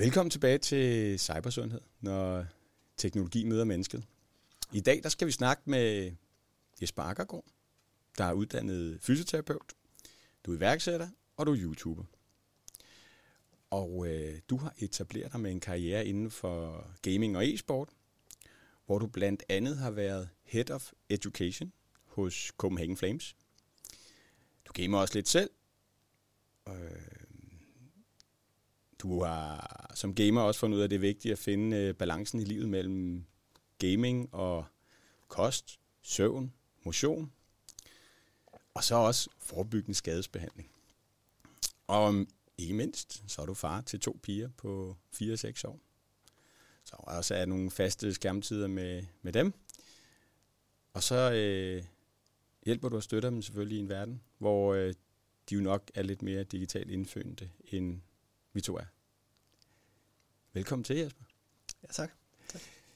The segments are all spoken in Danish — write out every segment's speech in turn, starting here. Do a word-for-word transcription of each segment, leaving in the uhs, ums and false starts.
Velkommen tilbage til Cybersundhed, når teknologi møder mennesket. I dag der skal vi snakke med Jesper Akkergaard, der er uddannet fysioterapeut. Du er iværksætter, og du er YouTuber. Og øh, du har etableret dig med en karriere inden for gaming og e-sport, hvor du blandt andet har været Head of Education hos Copenhagen Flames. Du gamer også lidt selv. Øh, Du har som gamer også fundet ud af, at det er vigtigt at finde øh, balancen i livet mellem gaming og kost, søvn, motion, og så også forebyggende skadesbehandling. Og ikke mindst, så er du far til to piger på fire og seks år. Så også er nogle faste skærmtider med, med dem. Og så øh, hjælper du og støtter dem selvfølgelig i en verden, hvor øh, de jo nok er lidt mere digitalt indfødte, end vi to er. Velkommen til, Jesper. Ja, tak. tak.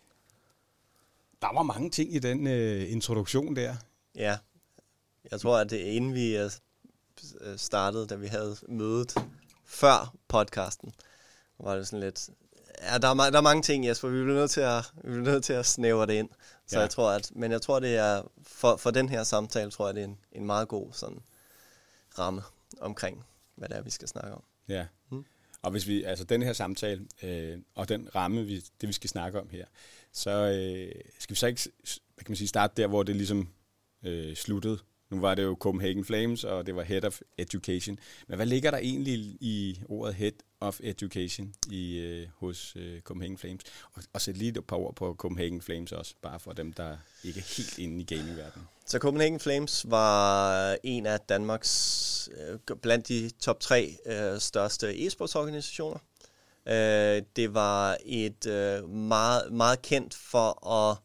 Der var mange ting i den øh, introduktion der. Ja, jeg tror, at det inden vi uh, startede, da vi havde mødet før podcasten, var det sådan lidt... Ja, der er, der er mange ting, Jesper. Vi bliver nødt til at, vi bliver nødt til at snævre det ind. Så ja. jeg tror, at, men jeg tror, det er... For, for den her samtale, tror jeg, det er en, en meget god sådan, ramme omkring, hvad det er, vi skal snakke om. Ja. Hmm. Og hvis vi, altså den her samtale, øh, og den ramme, vi, det vi skal snakke om her, så øh, skal vi så ikke, hvad kan man sige, starte der, hvor det ligesom øh, sluttede. Nu var det jo Copenhagen Flames, og det var Head of Education. Men hvad ligger der egentlig i ordet Head of Education i, øh, hos øh, Copenhagen Flames? Og, og sæt lige et par ord på Copenhagen Flames også, bare for dem, der ikke er helt inde i gamingverdenen. Så Copenhagen Flames var en af Danmarks, øh, blandt de top tre øh, største e-sportsorganisationer. Øh, det var et øh, meget, meget kendt for at,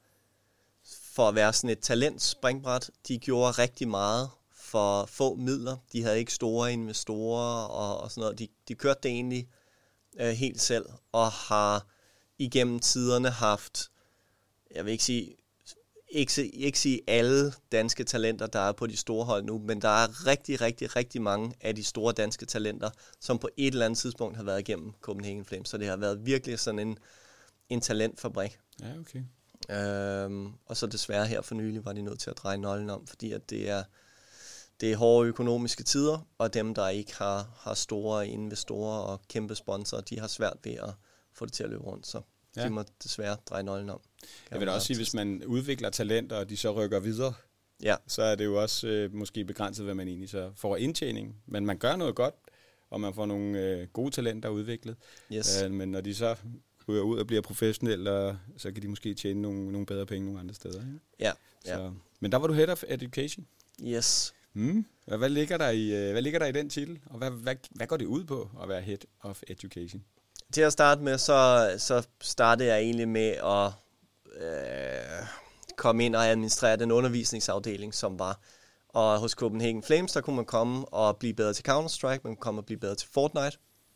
for at være sådan et talentspringbræt. De gjorde rigtig meget for få midler. De havde ikke store investorer og, og sådan noget. De, de kørte det egentlig øh, helt selv og har igennem tiderne haft, jeg vil ikke sige... Ikke, ikke sige alle danske talenter, der er på de store hold nu, men der er rigtig, rigtig, rigtig mange af de store danske talenter, som på et eller andet tidspunkt har været igennem Copenhagen Flames. Så det har været virkelig sådan en, en talentfabrik. Ja, okay. Øhm, og så desværre her for nylig var de nødt til at dreje nøglen om, fordi at det er, det er hårde økonomiske tider, og dem, der ikke har, har store investorer og kæmpe sponsorer, de har svært ved at få det til at løbe rundt. Så ja. De må desværre dreje nøglen om. Jeg vil også sige, hvis man udvikler talenter, og de så rykker videre, ja. så er det jo også øh, måske begrænset, hvad man egentlig så får indtjening. Men man gør noget godt, og man får nogle øh, gode talenter udviklet. Yes. Øh, men når de så ryger ud og bliver professionelle, så kan de måske tjene nogle, nogle bedre penge nogle andre steder. Ikke? Ja. Så, ja. Men der var du Head of Education. Yes. Mm. Hvad, ligger der i, hvad ligger der i den titel, og hvad, hvad, hvad går det ud på at være Head of Education? Til at starte med, så, så startede jeg egentlig med at øh, komme ind og administrere den undervisningsafdeling, som var. Og hos Copenhagen Flames, der kunne man komme og blive bedre til Counter-Strike, man kunne komme og blive bedre til Fortnite.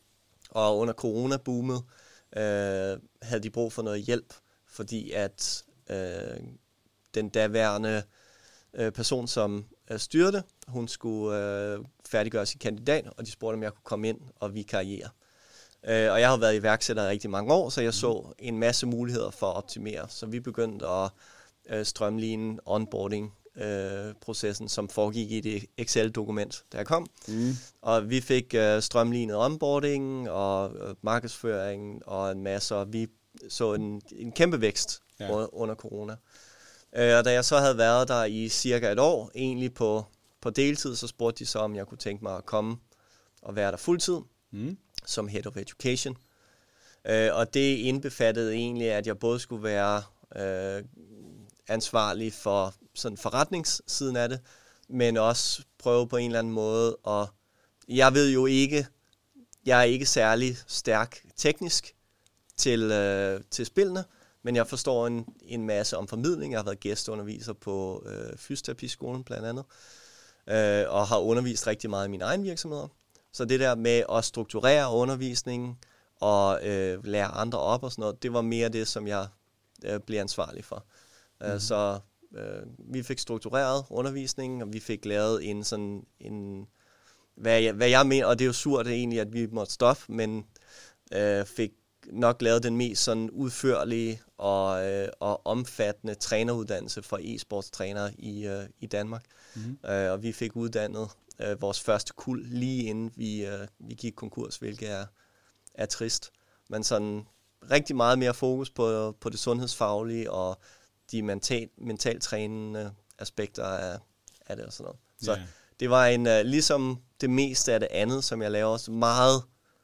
Og under corona-boomet øh, havde de brug for noget hjælp, fordi at øh, den daværende øh, person, som øh, styrte, hun skulle øh, færdiggøre sin kandidat, og de spurgte, om jeg kunne komme ind og vikariere. Uh, og jeg har været iværksætter i rigtig mange år, så jeg så en masse muligheder for at optimere. Så vi begyndte at uh, strømline onboarding-processen, uh, som foregik i det Excel-dokument, der kom. Mm. Og vi fik uh, strømlinet onboarding og uh, markedsføring og en masse, og vi så en, en kæmpe vækst ja. under, under corona. Uh, og da jeg så havde været der i cirka et år, egentlig på, på deltid, så spurgte de så, om jeg kunne tænke mig at komme og være der fuldtid. Mm. Som Head of Education. Øh, og det indbefattede egentlig, at jeg både skulle være øh, ansvarlig for sådan forretningssiden af det, men også prøve på en eller anden måde. Og jeg ved jo ikke, jeg er ikke særlig stærk teknisk til, øh, til spillene, men jeg forstår en, en masse om formidling. Jeg har været gæsteunderviser på øh, fysioterapiskolen blandt andet, øh, og har undervist rigtig meget i mine egne virksomheder. Så det der med at strukturere undervisningen og øh, lære andre op og sådan noget, det var mere det, som jeg øh, blev ansvarlig for. Mm-hmm. Uh, så øh, vi fik struktureret undervisningen, og vi fik lavet en sådan en, hvad jeg, hvad jeg mener, og det er jo surt egentlig, at vi måtte stoppe, men øh, fik nok lavet den mest sådan udførlige og, øh, og omfattende træneruddannelse for e-sportstrænere i, øh, i Danmark. Mm-hmm. Øh, og vi fik uddannet øh, vores første kuld lige inden vi, øh, vi gik konkurs, hvilket er, er trist. Men sådan rigtig meget mere fokus på, på det sundhedsfaglige og de mental, mentalt trænende aspekter af, af det og sådan noget. Så yeah. det var en, uh, ligesom det meste af det andet, som jeg laver, også meget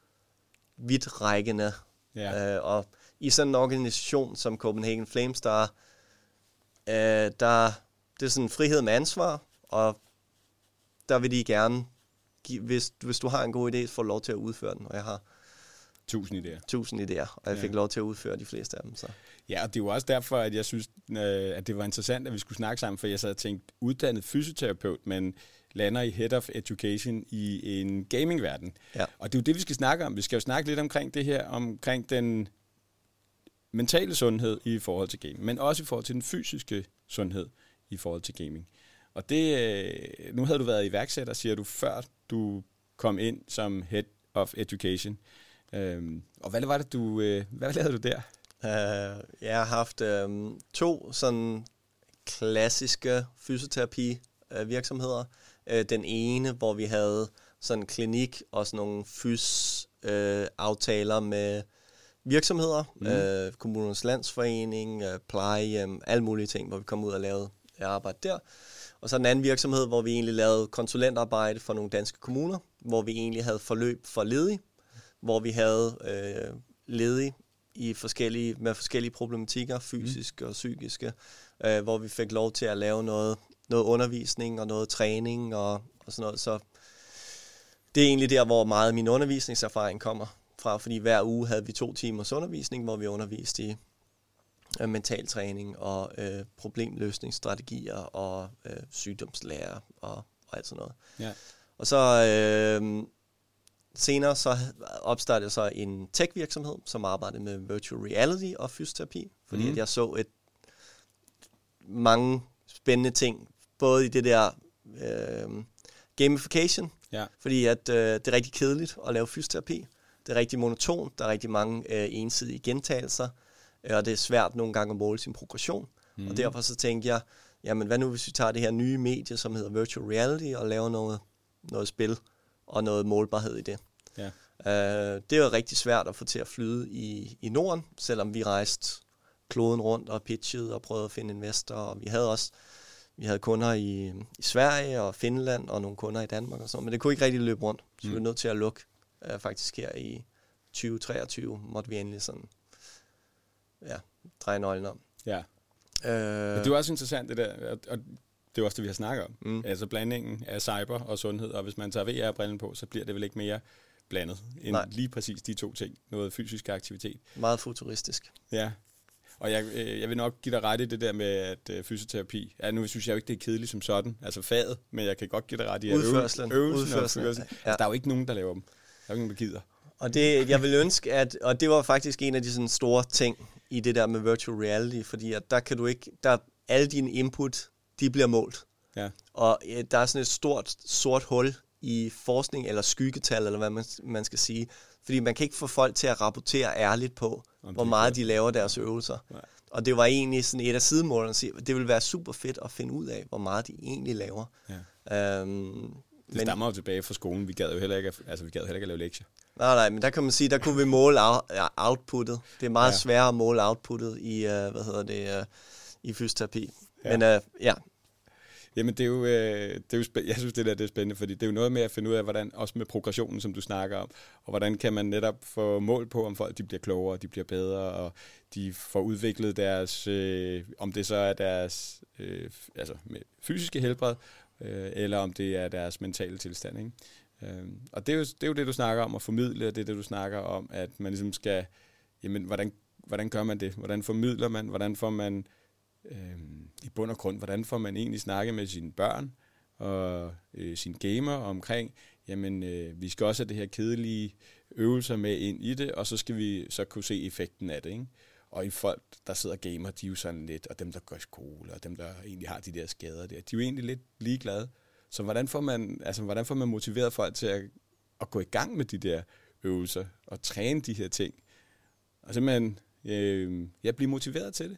vidtrækkende. Yeah. Uh, og i sådan en organisation som Copenhagen Flames, der, uh, der det er sådan frihed med ansvar, og der vil de gerne, give, hvis, hvis du har en god idé, så får du lov til at udføre den, og jeg har Tusind idéer. Tusind idéer, og jeg fik ja. lov til at udføre de fleste af dem. Så. Ja, og det er jo også derfor, at jeg synes, at det var interessant, at vi skulle snakke sammen, for jeg sad og tænkte, uddannet fysioterapeut, men lander i Head of Education i en gamingverden. Ja. Og det er jo det, vi skal snakke om. Vi skal jo snakke lidt omkring det her, omkring den mentale sundhed i forhold til gaming, men også i forhold til den fysiske sundhed i forhold til gaming. Og det, nu havde du været iværksætter, siger du, før du kom ind som Head of Education. Øhm, og hvad var det, du, øh, hvad lavede du der? Uh, jeg har haft øh, to sådan klassiske fysioterapi øh, virksomheder. Uh, den ene, hvor vi havde sådan en klinik og sådan nogle fys øh, aftaler med virksomheder, mm. øh, Kommunernes Landsforening, øh, plejehjem, alle mulige ting, hvor vi kom ud og lavede arbejde der. Og så en anden virksomhed, hvor vi egentlig lavede konsulentarbejde for nogle danske kommuner, hvor vi egentlig havde forløb for ledige, hvor vi havde øh, ledige i forskellige, med forskellige problematikker, fysiske mm. og psykiske, øh, hvor vi fik lov til at lave noget, noget undervisning og noget træning og, og sådan noget. Så det er egentlig der, hvor meget af min undervisningserfaring kommer fra, fordi hver uge havde vi to timers undervisning, hvor vi underviste i øh, mental træning og øh, problemløsningsstrategier og øh, sygdomslære og, og alt sådan noget. Ja. Og så øh, senere så opstartede jeg så en tech-virksomhed, som arbejdede med virtual reality og fysioterapi, fordi mm. at jeg så et mange spændende ting, både i det der øh, gamification, ja. fordi at øh, det er rigtig kedeligt at lave fysioterapi. Det er rigtig monotont, der er rigtig mange øh, ensidige gentagelser, øh, og det er svært nogle gange at måle sin progression. Mm. Og derfor så tænkte jeg, jamen hvad nu hvis vi tager det her nye medie, som hedder virtual reality, og laver noget, noget spil og noget målbarhed i det. Ja. Øh, det var rigtig svært at få til at flyde i, i Norden, selvom vi rejste kloden rundt og pitchede og prøvede at finde investorer, og vi havde også vi havde kunder i, i Sverige og Finland og nogle kunder i Danmark og sådan, men det kunne ikke rigtig løbe rundt, så mm. vi var nødt til at lukke. Uh, faktisk her i tyve treogtyve måtte vi endelig sådan, ja, dreje nøglen om. Ja. Uh, det er også interessant det der, og, og det er også det, vi har snakket om. Mm. Altså blandingen af cyber og sundhed, og hvis man tager V R-brillen på, så bliver det vel ikke mere blandet end Nej. lige præcis de to ting. Noget fysisk aktivitet. Meget futuristisk. Ja. Og jeg, øh, jeg vil nok give dig ret i det der med, at øh, fysioterapi, ja, nu synes jeg jo ikke, det er kedeligt som sådan, altså faget, men jeg kan godt give dig ret i, at udførslen, øvelsen udførslen, og ja. Altså, der er jo ikke nogen, der laver dem. Der er jo ikke nogen, der gider. Og det, jeg vil ønske, at, og det var faktisk en af de sådan store ting i det der med virtual reality, fordi at der kan du ikke, der alle dine input, de bliver målt. Ja. Og øh, der er sådan et stort sort hul i forskning, eller skyggetal, eller hvad man, man skal sige, fordi man kan ikke få folk til at rapportere ærligt på, om hvor meget de laver deres øvelser. Nej. Og det var egentlig sådan et af sidemålene at sige, det ville være super fedt at finde ud af, hvor meget de egentlig laver. Ja. Øhm, det stammer jo tilbage fra skolen. Vi gad jo heller ikke, altså vi gad heller ikke at lave lektier. Nej, nej, men der kan man sige, der kunne vi måle outputtet. Det er meget ja. sværere at måle outputtet i, uh, hvad hedder det, uh, i fysioterapi. Ja. Men uh, ja. Jamen det er jo, øh, det er jo spæ- jeg synes det der det er spændende, fordi det er jo noget med at finde ud af, hvordan, også med progressionen, som du snakker om, og hvordan kan man netop få mål på, om folk de bliver klogere, de bliver bedre, og de får udviklet deres, øh, om det så er deres øh, altså med fysiske helbred, øh, eller om det er deres mentale tilstand, ikke? Øh, og det er, jo, det er jo det, du snakker om at formidle, og det er det, du snakker om, at man ligesom skal, jamen hvordan, hvordan gør man det? Hvordan formidler man? Hvordan får man Øhm, i bund og grund, hvordan får man egentlig snakket med sine børn og øh, sine gamer omkring, jamen øh, vi skal også have det her kedelige øvelser med ind i det, og så skal vi så kunne se effekten af det, ikke? Og i folk, der sidder gamer, de er jo sådan lidt, og dem, der går i skole, og dem, der egentlig har de der skader der, de er jo egentlig lidt ligeglade. Så hvordan får man, altså, hvordan får man motiveret folk til at, at gå i gang med de der øvelser, og træne de her ting, og simpelthen øh, ja, blive motiveret til det?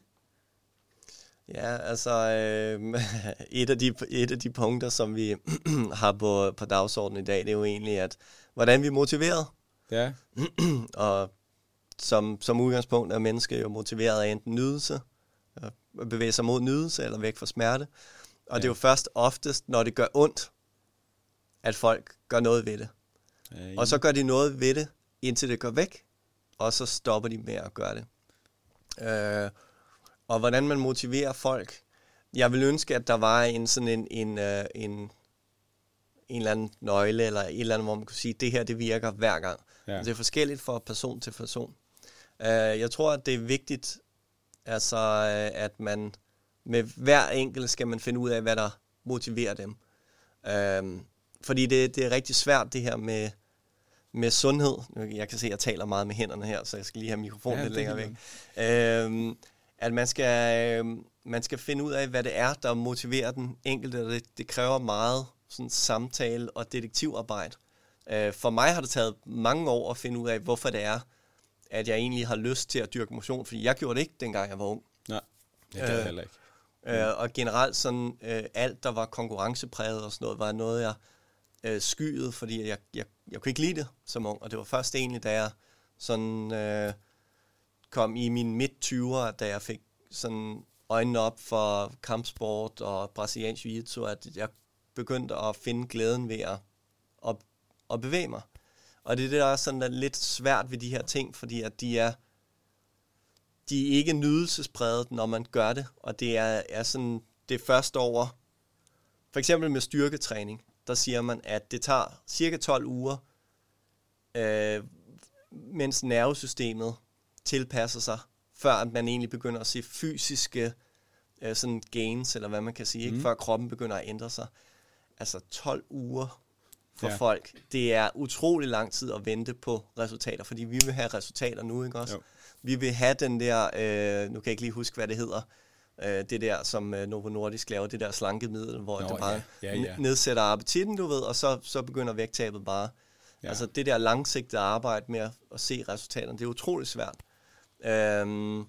Ja, altså øh, et, af de, et af de punkter, som vi har på, på dagsordenen i dag, det er jo egentlig, at hvordan vi er motiveret. Ja. Og som, som udgangspunkt er mennesker jo motiveret af enten nydelse, at bevæge sig mod nydelse eller væk fra smerte. Og ja. Det er jo først oftest, når det gør ondt, at folk gør noget ved det. Ja, og så gør de noget ved det, indtil det går væk, og så stopper de med at gøre det. Øh, og hvordan man motiverer folk. Jeg vil ønske, at der var en sådan en, en, en, en, en eller anden nøgle, eller et eller andet, hvor man kunne sige, at det her, det virker hver gang. Ja. Det er forskelligt fra person til person. Uh, jeg tror, at det er vigtigt, altså, at man med hver enkelt skal man finde ud af, hvad der motiverer dem. Uh, fordi det, det er rigtig svært, det her med, med sundhed. Jeg kan se, at jeg taler meget med hænderne her, så jeg skal lige have mikrofonen ja, lidt længere væk. Uh, at man skal, uh, man skal finde ud af, hvad det er, der motiverer den enkelte. Det, det kræver meget sådan, samtale og detektivarbejde. Uh, for mig har det taget mange år at finde ud af, hvorfor det er, at jeg egentlig har lyst til at dyrke motion, fordi jeg gjorde det ikke, dengang jeg var ung. Nej, det gør jeg heller ikke. Uh, og generelt sådan, uh, alt, der var konkurrencepræget og sådan noget, var noget, jeg uh, skyede, fordi jeg, jeg, jeg kunne ikke lide det som ung. Og det var først egentlig, da jeg sådan, uh, kom i mine midt-tyvere, da jeg fik sådan øjnene op for kampsport og brasiliansk jiu-jitsu, at jeg begyndte at finde glæden ved at, at, at bevæge mig. Og det er det, der er sådan der lidt svært ved de her ting, fordi at de er, de er ikke nydelsespræget, når man gør det. Og det er, er sådan, det er først over, for eksempel med styrketræning, der siger man, at det tager cirka tolv uger, øh, mens nervesystemet tilpasser sig, før at man egentlig begynder at se fysiske øh, sådan gains, eller hvad man kan sige, ikke? Mm. Før kroppen begynder at ændre sig. Altså tolv uger for ja. folk. Det er utrolig lang tid at vente på resultater, fordi vi vil have resultater nu, ikke også? Jo. Vi vil have den der, øh, nu kan jeg ikke lige huske, hvad det hedder, øh, det der, som øh, Novo Nordisk laver, det der slankemiddel, hvor Nå, det bare ja. Ja, ja. nedsætter appetitten, du ved, og så, så begynder vægttabet bare. Ja. Altså det der langsigtede arbejde med at, at se resultaterne, det er utrolig svært. Øhm,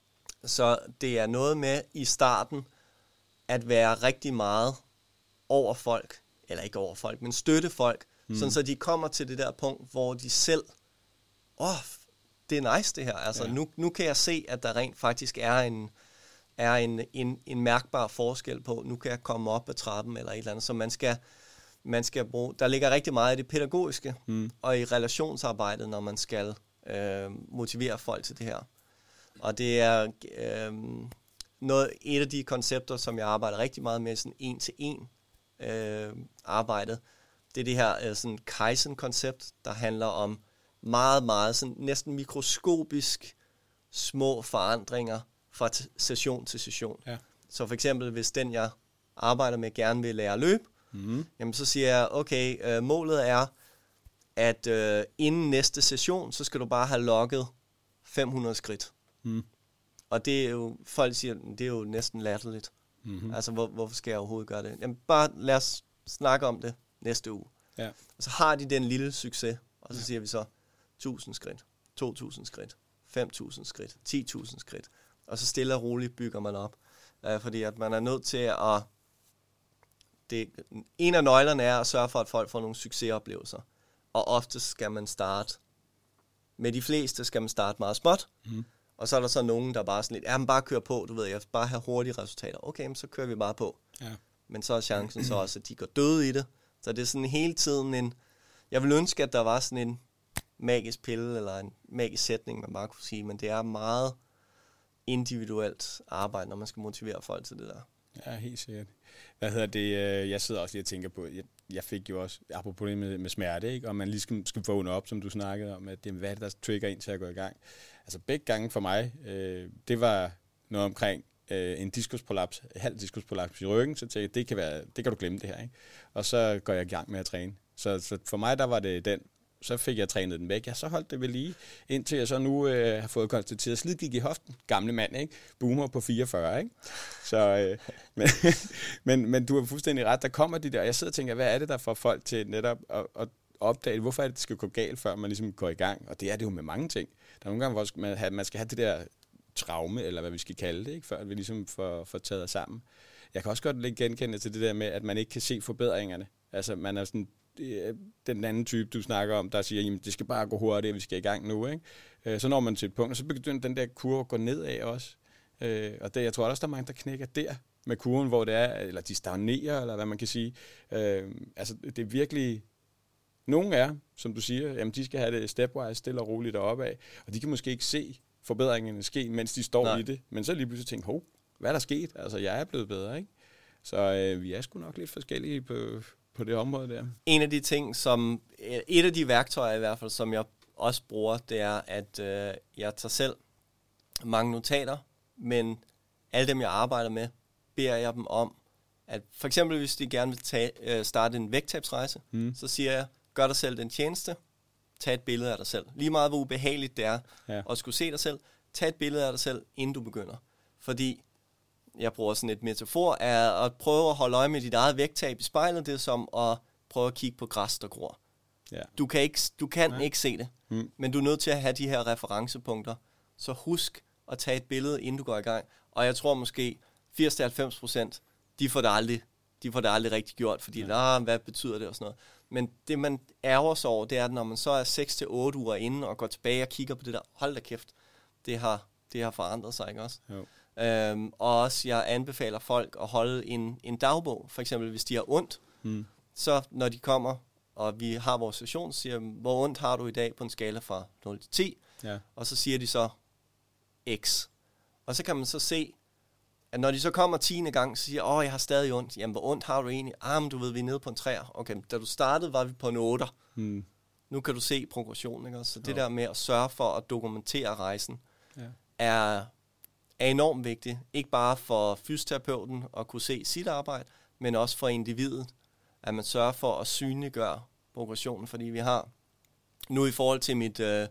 så det er noget med i starten, at være rigtig meget over folk, eller ikke over folk, men støtte folk, mm. sådan så de kommer til det der punkt, hvor de selv, åh, oh, det er nice det her, altså ja. nu, nu kan jeg se, at der rent faktisk er en, er en, en, en mærkbar forskel på, nu kan jeg komme op ad trappen, eller et eller andet, så man skal, man skal bruge, der ligger rigtig meget i det pædagogiske, mm. og i relationsarbejdet, når man skal øh, motivere folk til det her. Og det er øh, noget, et af de koncepter, som jeg arbejder rigtig meget med, sådan en til en, Øh, arbejdet. Det er det her øh, sådan Kaizen-koncept, der handler om meget, meget sådan næsten mikroskopisk små forandringer fra t- session til session. Ja. Så for eksempel, hvis den, jeg arbejder med, gerne vil lære at løbe, mm-hmm. jamen så siger jeg, okay, øh, målet er, at øh, inden næste session, så skal du bare have logget fem hundrede skridt. Mm. Og det er jo, folk siger, det er jo næsten latterligt. Mm-hmm. Altså, hvor, hvorfor skal jeg overhovedet gøre det? Jamen, bare lad os snakke om det næste uge. Ja. Og så har de den lille succes, og så ja. siger vi så tusind skridt, to tusind skridt, fem tusind skridt, ti tusind skridt. Og så stille og roligt bygger man op. Uh, fordi at man er nødt til at... Det, en af nøglerne er at sørge for, at folk får nogle succesoplevelser. Og ofte skal man starte... Med de fleste skal man starte meget småt. Mm. Og så er der så nogen, der bare sådan lidt, ja, men bare kør på, du ved, jeg bare have hurtige resultater. Okay, men så kører vi bare på. Ja. Men så er chancen så også, at de går døde i det. Så det er sådan hele tiden en... Jeg vil ønske, at der var sådan en magisk pille, eller en magisk sætning, man bare kunne sige, men det er meget individuelt arbejde, når man skal motivere folk til det der. Ja, helt sikkert. Hvad hedder det? Jeg sidder også lige og tænker på, jeg, jeg fik jo også, apropos det med, med smerte, ikke? Og man lige skal, skal vågne op, som du snakkede om, at det, hvad er det, der trigger ind til at gå i gang. Altså begge gange for mig, øh, det var noget omkring øh, en diskusprolaps, halv diskusprolaps i ryggen, så tænkte jeg, det kan, være, det kan du glemme det her, ikke? Og så går jeg i gang med at træne. Så, så for mig, der var det den. Så fik jeg trænet den væk. Jeg så holdt det ved lige, indtil jeg så nu øh, har fået konstateret slidgik i hoften. Gamle mand, ikke? Boomer på fireogfyrre, ikke? Så, øh, men, men, men du har fuldstændig ret. Der kommer de der, og jeg sidder og tænker, hvad er det, der får folk til netop at, at, opdage, hvorfor er det, det skal gå galt, før man ligesom går i gang. Og det er det jo med mange ting. Der er nogle gange, hvor man, have, man skal have det der traume, eller hvad vi skal kalde det, ikke? Før vi ligesom får, får taget os sammen. Jeg kan også godt lidt genkende til det der med, at man ikke kan se forbedringerne. Altså, man er sådan den anden type, du snakker om, der siger, jamen, det skal bare gå hurtigt, vi skal i gang nu, ikke? Så når man til et punkt, og så begynder den der kurve at gå nedad også. Og det, jeg tror også, der er mange, der knækker der med kurven, hvor det er, eller de stagnerer, eller hvad man kan sige. Altså, det er virkelig... Nogle er, som du siger, jamen, de skal have det stepwise, stille og roligt deroppe af, og de kan måske ikke se forbedringerne ske, mens de står Nej. i det. Men så lige pludselig tænke, hov, hvad er der sket? Altså, jeg er blevet bedre, ikke? Så øh, vi er sgu nok lidt forskellige på, på det område der. En af de ting, som... Et af de værktøjer i hvert fald, som jeg også bruger, det er, at øh, jeg tager selv mange notater, men alle dem, jeg arbejder med, beder jeg dem om, at for eksempel, hvis de gerne vil tage, øh, starte en vægttabsrejse, mm. så siger jeg, gør dig selv den tjeneste, tag et billede af dig selv. Lige meget, hvor ubehageligt det er ja. at skulle se dig selv, tag et billede af dig selv, inden du begynder. Fordi, jeg bruger sådan et metafor, er at prøve at holde øje med dit eget vægttab i spejlet, det er som at prøve at kigge på græs, der gror. Ja. Du kan, ikke, du kan ikke se det, mm. men du er nødt til at have de her referencepunkter. Så husk at tage et billede, inden du går i gang. Og jeg tror måske, firs til halvfems procent, de får det aldrig, de får det aldrig rigtig gjort, fordi, ja. hvad betyder det og sådan noget. Men det, man ærger sig over, det er, at når man så er seks til otte uger inde og går tilbage og kigger på det der, hold da kæft, det har, det har forandret sig, ikke også? Jo. Øhm, og også, jeg anbefaler folk at holde en, en dagbog, for eksempel hvis de har ondt, hmm. så når de kommer, og vi har vores session, så siger de, hvor ondt har du i dag på en skala fra nul til ti? Ja. Og så siger de så X. Og så kan man så se, at når de så kommer tiende gang, så siger åh, jeg har stadig ondt. Jamen, hvor ondt har du egentlig? Ah, men du ved, vi er nede på en treer. Okay, da du startede, var vi på en otter. Hmm. Nu kan du se progressionen, ikke? Så det jo. der med at sørge for at dokumentere rejsen, ja. er, er enormt vigtigt. Ikke bare for fysioterapeuten at kunne se sit arbejde, men også for individet, at man sørger for at synliggøre progressionen, fordi vi har nu i forhold til mit... Øh,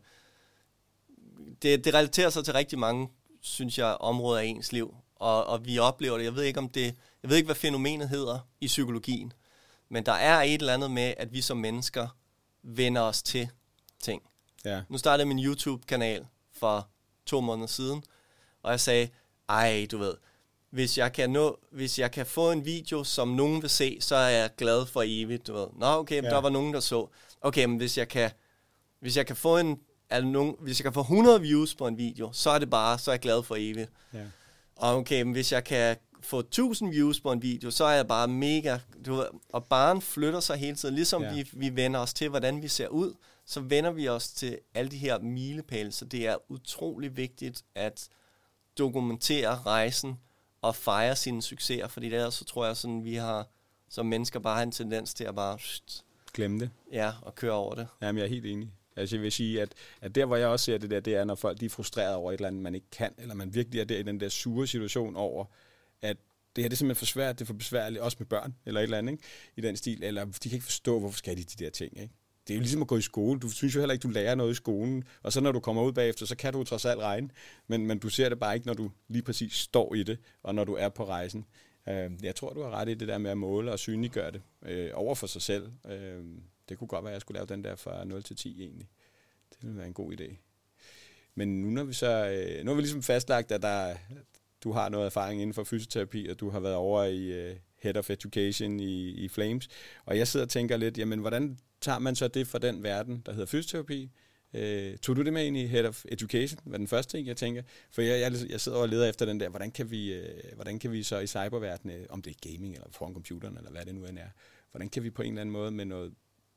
det, det relaterer sig til rigtig mange, synes jeg, områder af ens liv. Og, og vi oplever det. Jeg ved ikke, om det, jeg ved ikke, hvad fænomenet hedder i psykologien, men der er et eller andet med, at vi som mennesker vender os til ting. Ja. Nu startede jeg min YouTube-kanal for to måneder siden, og jeg sagde, ej, du ved, hvis jeg kan nå, hvis jeg kan få en video, som nogen vil se, så er jeg glad for evigt, du ved. Nå, okay, men ja. der var nogen, der så. Okay, men hvis jeg kan, hvis jeg kan få en, er nogen, hvis jeg kan få hundrede views på en video, så er det bare, så er jeg glad for evigt. Ja. Og okay, men hvis jeg kan få tusind views på en video, så er jeg bare mega, du ved, og barn flytter sig hele tiden, ligesom ja. vi, vi vender os til, hvordan vi ser ud, så vender vi os til alle de her milepæle, så det er utrolig vigtigt at dokumentere rejsen og fejre sine succeser, fordi ellers så tror jeg sådan, vi har som mennesker bare en tendens til at bare glemme det. Ja, og køre over det. Jamen, jeg er helt enig. Altså, jeg vil sige, at, at der, hvor jeg også ser det der, det er, når folk de er frustreret over et eller andet, man ikke kan, eller man virkelig er der i den der sure situation over, at det her det er simpelthen for svært, det er for besværligt, også med børn, eller et eller andet, ikke? I den stil, eller de kan ikke forstå, hvorfor skal de de der ting, ikke? Det er jo ligesom at gå i skole. Du synes jo heller ikke, du lærer noget i skolen, og så når du kommer ud bagefter, så kan du trods alt regne, men, men du ser det bare ikke, når du lige præcis står i det, og når du er på rejsen. Jeg tror, du har ret i det der med at måle og synliggøre det øh, over for sig selv. Øh, det kunne godt være, at jeg skulle lave den der fra nul til ti egentlig. Det ville være en god idé. Men nu når vi så, øh, nu har vi ligesom fastlagt, at der, du har noget erfaring inden for fysioterapi, og du har været over i øh, Head of Education i, i Flames, og jeg sidder og tænker lidt, jamen hvordan tager man så det fra den verden, der hedder fysioterapi? Øh, tog du det med ind i Head of Education? Var den første ting, jeg tænker. For jeg, jeg, jeg sidder og leder efter den der, hvordan kan vi, øh, hvordan kan vi så i cyberverdenen, om det er gaming eller foran computeren, eller hvad det nu end er, hvordan kan vi på en eller anden måde med noget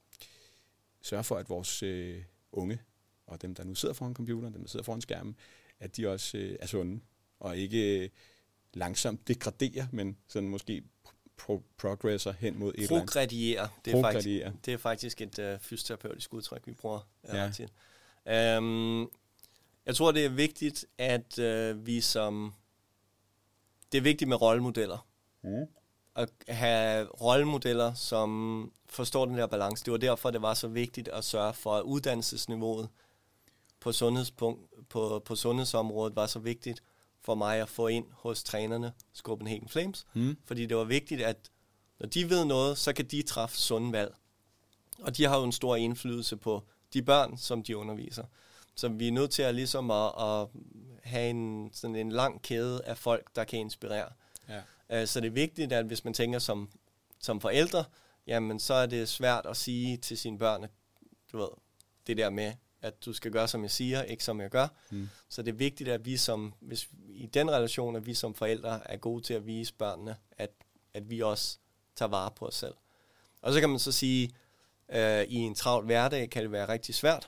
sørge for, at vores øh, unge, og dem, der nu sidder foran computeren, dem, der sidder foran skærmen, at de også øh, er sunde, og ikke øh, langsomt degraderer, men sådan måske pro- progresser hen mod et Progrediere. Det er faktisk, det er faktisk et øh, fysioterapeutisk udtryk, vi bruger øh, ja. til. Um, jeg tror, det er vigtigt, at øh, vi som... Det er vigtigt med rollemodeller. Mm. At have rollemodeller, som forstår den der balance. Det var derfor, det var så vigtigt at sørge for, at uddannelsesniveauet på, sundhedspunkt, på, på sundhedsområdet var så vigtigt for mig at få ind hos trænerne Copenhagen Flames. Mm. Fordi det var vigtigt, at når de ved noget, så kan de træffe sunde valg. Og de har jo en stor indflydelse på de børn, som de underviser. Så vi er nødt til at, ligesom at, at have en, sådan en lang kæde af folk, der kan inspirere. Ja. Så det er vigtigt, at hvis man tænker som, som forældre, jamen så er det svært at sige til sine børn, at du ved, det der med, at du skal gøre, som jeg siger, ikke som jeg gør. Mm. Så det er vigtigt, at vi som, hvis i den relation, at vi som forældre er gode til at vise børnene, at, at vi også tager vare på os selv. Og så kan man så sige, øh, i en travl hverdag kan det være rigtig svært.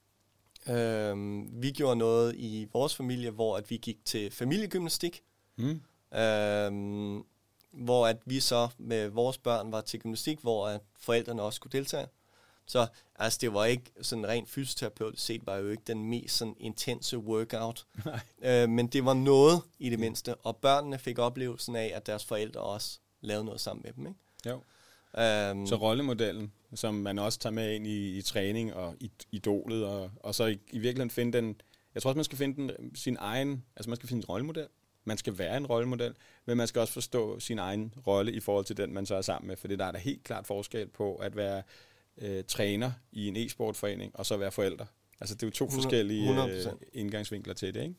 Øh, vi gjorde noget i vores familie, hvor at vi gik til familiegymnastik, mm. øh, hvor at vi så med vores børn var til gymnastik, hvor at forældrene også skulle deltage. Så altså, det var ikke sådan rent fysioterapeutisk set, var jo ikke den mest sådan intense workout. øh, men det var noget i det mindste, og børnene fik oplevelsen af, at deres forældre også lavede noget sammen med dem, ikke? Jo. Um, så rollemodellen, som man også tager med ind i, i træning og i idolet, og, og så i, i virkeligheden finde den, jeg tror også, man skal finde den, sin egen, altså man skal finde en rollemodel. Man skal være en rollemodel, men man skal også forstå sin egen rolle i forhold til den, man så er sammen med, for det der er der helt klart forskel på at være øh, træner i en e-sportforening, og så være forældre. Altså det er jo to forskellige øh, indgangsvinkler til det, ikke?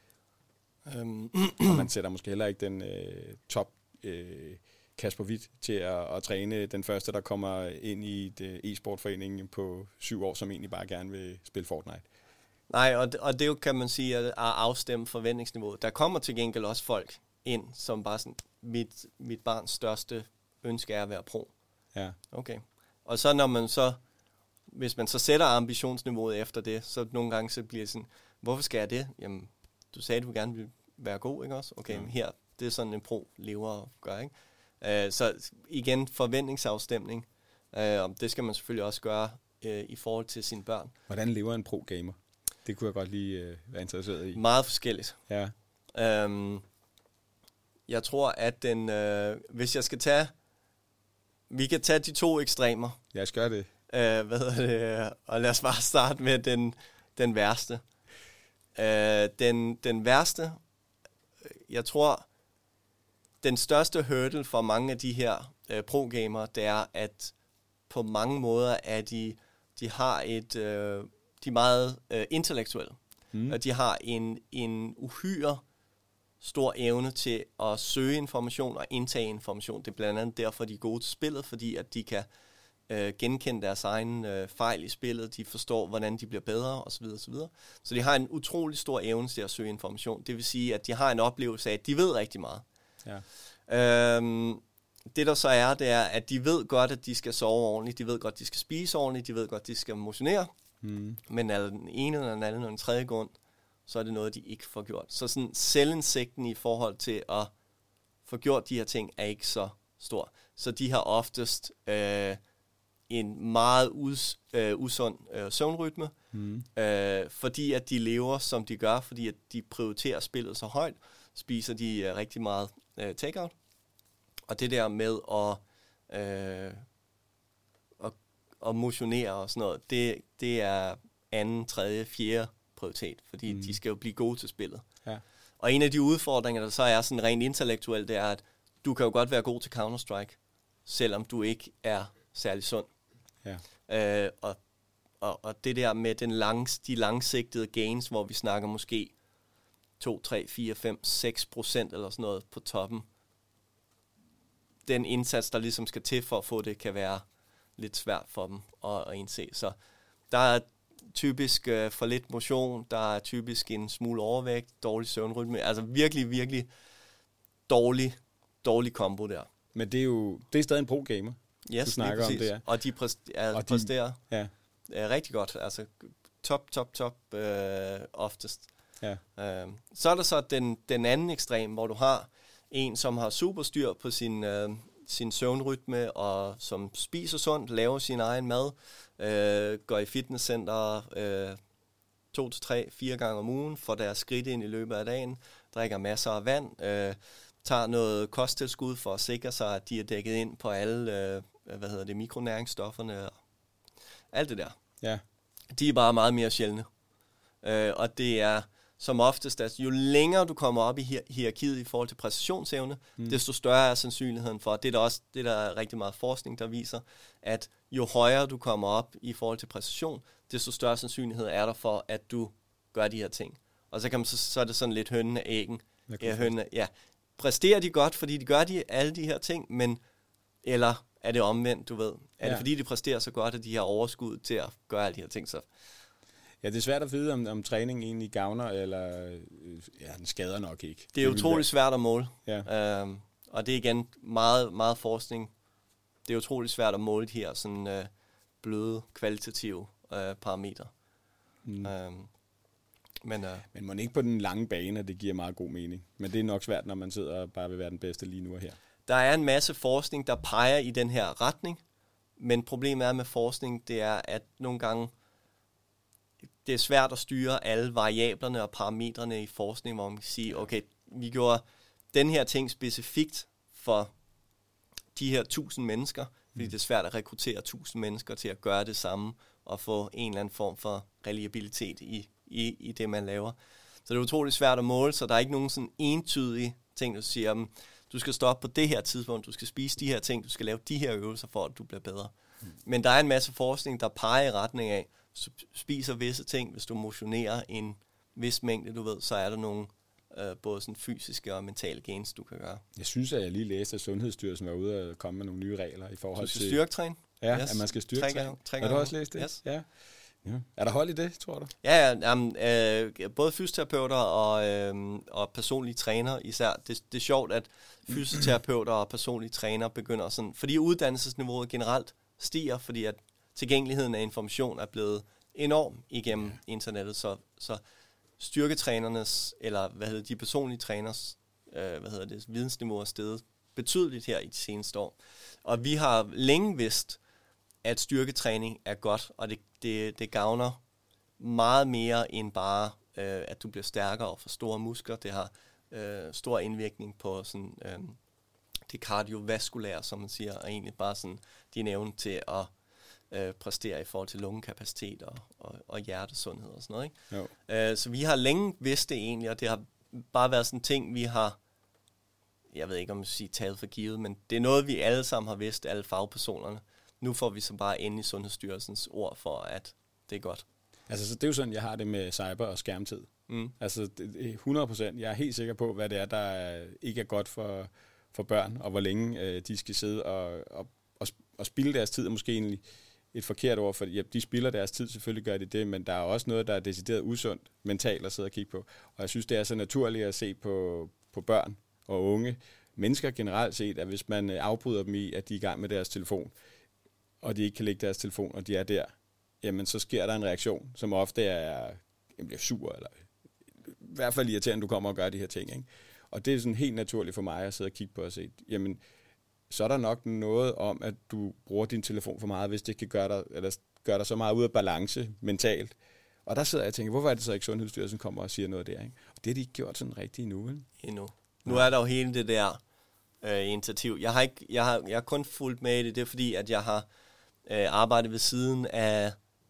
Um. Og man sætter måske heller ikke den øh, top øh, Kasper Hvidt til at, at træne den første, der kommer ind i et e-sportforening på syv år, som egentlig bare gerne vil spille Fortnite. Nej, og det, og det jo, kan man sige, at afstemme forventningsniveauet. Der kommer til gengæld også folk ind, som bare sådan, mit, mit barns største ønske er at være pro. Ja. Okay. Og så når man så, hvis man så sætter ambitionsniveauet efter det, så nogle gange så bliver det sådan, hvorfor skal jeg det? Jamen, du sagde, du gerne vil være god, ikke også? Okay, ja. Men her, det er sådan en pro lever og gør, ikke? Uh, så igen, forventningsafstemning, uh, og det skal man selvfølgelig også gøre uh, i forhold til sine børn. Hvordan lever en pro-gamer? Det kunne jeg godt lige uh, være interesseret i. Meget forskelligt. Ja. Um, jeg tror, at den, uh, hvis jeg skal tage, vi kan tage de to ekstremer. Jeg skal gøre det. Uh, hvad hedder det? Og lad os bare starte med den, den værste. Uh, den, den værste, jeg tror, den største hurdle for mange af de her uh, pro-gamere, det er, at på mange måder er de, de har et, uh, de er meget uh, intellektuelle. Mm. Og de har en, en uhyre stor evne til at søge information og indtage information. Det er blandt andet derfor, de er gode til spillet, fordi at de kan øh, genkende deres egen øh, fejl i spillet. De forstår, hvordan de bliver bedre, osv. osv. Så de har en utrolig stor evne til at søge information. Det vil sige, at de har en oplevelse af, at de ved rigtig meget. Ja. Øhm, det der så er, det er, at de ved godt, at de skal sove ordentligt. De ved godt, at de skal spise ordentligt. De ved godt, at de skal motionere. Mm. Men af den ene eller den anden eller den tredje grund, så er det noget, de ikke får gjort. Så sådan selvindsigten i forhold til at få gjort de her ting, er ikke så stor. Så de har oftest øh, en meget us, øh, usund øh, søvnrytme, mm. øh, fordi at de lever, som de gør, fordi at de prioriterer spillet så højt, spiser de øh, rigtig meget øh, takeout. Og det der med at, øh, at, at motionere og sådan noget, det, det er anden, tredje, fjerde prioritet, fordi mm. de skal jo blive gode til spillet. Ja. Og en af de udfordringer, der så er sådan rent intellektuelt, det er, at du kan jo godt være god til Counter-Strike, selvom du ikke er særlig sund. Ja. Øh, og, og, og det der med den langs, de langsigtede gains, hvor vi snakker måske to, tre, fire, fem, seks procent eller sådan noget på toppen. Den indsats, der ligesom skal til for at få det, kan være lidt svært for dem at, at indse. Så der er typisk øh, for lidt motion, der er typisk en smule overvægt, dårlig søvnrytme, altså virkelig, virkelig dårlig, dårlig kombo der. Men det er jo det er stadig en pro-gamer, yes, du snakker om det, ja. Og de præst- er, og de, præsterer ja. er rigtig godt, altså top, top, top øh, oftest. Ja. Øh, så er der så den, den anden ekstrem, hvor du har en, som har super styr på sin, øh, sin søvnrytme, og som spiser sundt, laver sin egen mad, øh, går i fitnesscenter øh, to til tre, fire gange om ugen, får deres skridt ind i løbet af dagen, drikker masser af vand, øh, tager noget kosttilskud for at sikre sig, at de er dækket ind på alle, øh, hvad hedder det, mikronæringsstofferne og alt det der. Ja. De er bare meget mere sjældne. Øh, og det er som oftest, at jo længere du kommer op i hier- hierarkiet i forhold til præstationsevne, mm. desto større er sandsynligheden for, det er der også det der er rigtig meget forskning, der viser, at jo højere du kommer op i forhold til præstation, desto større sandsynlighed er der for, at du gør de her ting. Og så, kan man, så, så er det sådan lidt hønnen af æggen. Ja, hønnen, ja. Præsterer de godt, fordi de gør de, alle de her ting, men eller er det omvendt, du ved? Er ja. det fordi, de præsterer så godt, at de har overskud til at gøre alle de her ting? Så ja, det er svært at vide, om, om træningen egentlig gavner, eller ja, den skader nok ikke. Det er det utroligt svært at måle. Ja. Øhm, og det er igen meget, meget forskning. Det er utroligt svært at måle de her sådan, øh, bløde, kvalitative øh, parametre. Mm. Øhm, men, øh, men må ikke på den lange bane, at det giver meget god mening. Men det er nok svært, når man sidder og bare vil være den bedste lige nu og her. Der er en masse forskning, der peger i den her retning. Men problemet er med forskning, det er, at nogle gange det er svært at styre alle variablerne og parametrene i forskning, hvor man kan sige, okay, vi gjorde den her ting specifikt for de her tusind mennesker, fordi det er svært at rekruttere tusind mennesker til at gøre det samme og få en eller anden form for reliabilitet i, i, i det, man laver. Så det er utroligt svært at måle, så der er ikke nogen sådan entydige ting, der siger, um, du skal stoppe på det her tidspunkt, du skal spise de her ting, du skal lave de her øvelser for, at du bliver bedre. Mm. Men der er en masse forskning, der peger i retning af, spiser visse ting, hvis du motionerer en vis mængde, du ved, så er der nogle øh, både sådan fysiske og mentale gains, du kan gøre. Jeg synes, at jeg lige læste, at Sundhedsstyrelsen var ude og komme med nogle nye regler i forhold til... Du skal styrketræne? Ja, yes. At man skal styrketræne. Har du også læst det? Yes. Ja. Ja. Er der hold i det, tror du? Ja, ja um, øh, både fysioterapeuter og, øh, og personlige træner især. Det, det er sjovt, at fysioterapeuter og personlige træner begynder sådan, fordi uddannelsesniveauet generelt stiger, fordi at tilgængeligheden af information er blevet enorm igennem ja. internettet, så, så styrketrænernes, eller hvad hedder de personlige træners, øh, hvad hedder det, vidensniveau er steget betydeligt her i de seneste år. Og vi har længe vidst, at styrketræning er godt, og det, det, det gavner meget mere end bare, øh, at du bliver stærkere og får store muskler. Det har øh, stor indvirkning på sådan, øh, det kardiovaskulære, som man siger, og egentlig bare sådan din evne til at øh, præstere i forhold til lungekapacitet og, og, og hjertesundhed og sådan noget. Ikke? Øh, så vi har længe vidst det egentlig, og det har bare været sådan en ting, vi har, jeg ved ikke om jeg sige taget for givet, men det er noget, vi alle sammen har vidst, alle fagpersonerne. Nu får vi så bare endelig Sundhedsstyrelsens ord for, at det er godt. Altså, så det er jo sådan, jeg har det med cyber og skærmtid. Mm. Altså, hundrede procent. Jeg er helt sikker på, hvad det er, der ikke er godt for, for børn, og hvor længe øh, de skal sidde og, og, og, og spilde deres tid, og måske egentlig et forkert ord, for ja, de spilder deres tid, selvfølgelig gør de det, men der er også noget, der er decideret usundt mentalt at sidde og kigge på. Og jeg synes, det er så naturligt at se på, på børn og unge mennesker generelt set, at hvis man afbryder dem i, at de er i gang med deres telefon, og de ikke kan lægge deres telefon, og de er der, jamen så sker der en reaktion, som ofte er, jeg bliver sur, eller i hvert fald irriterende, du kommer og gør de her ting. Ikke? Og det er sådan helt naturligt for mig at sidde og kigge på og se, jamen så er der nok noget om, at du bruger din telefon for meget, hvis det kan gøre dig, eller gøre dig så meget ud af balance mentalt. Og der sidder jeg og tænker, hvorfor er det så ikke Sundhedsstyrelsen kommer og siger noget der? Ikke? Og det har de ikke gjort sådan rigtigt endnu. Ikke? Endnu. Nu er der jo hele det der øh, initiativ. Jeg har, ikke, jeg, har, jeg har kun fulgt med i det, det er fordi, at jeg har øh, arbejdet ved siden af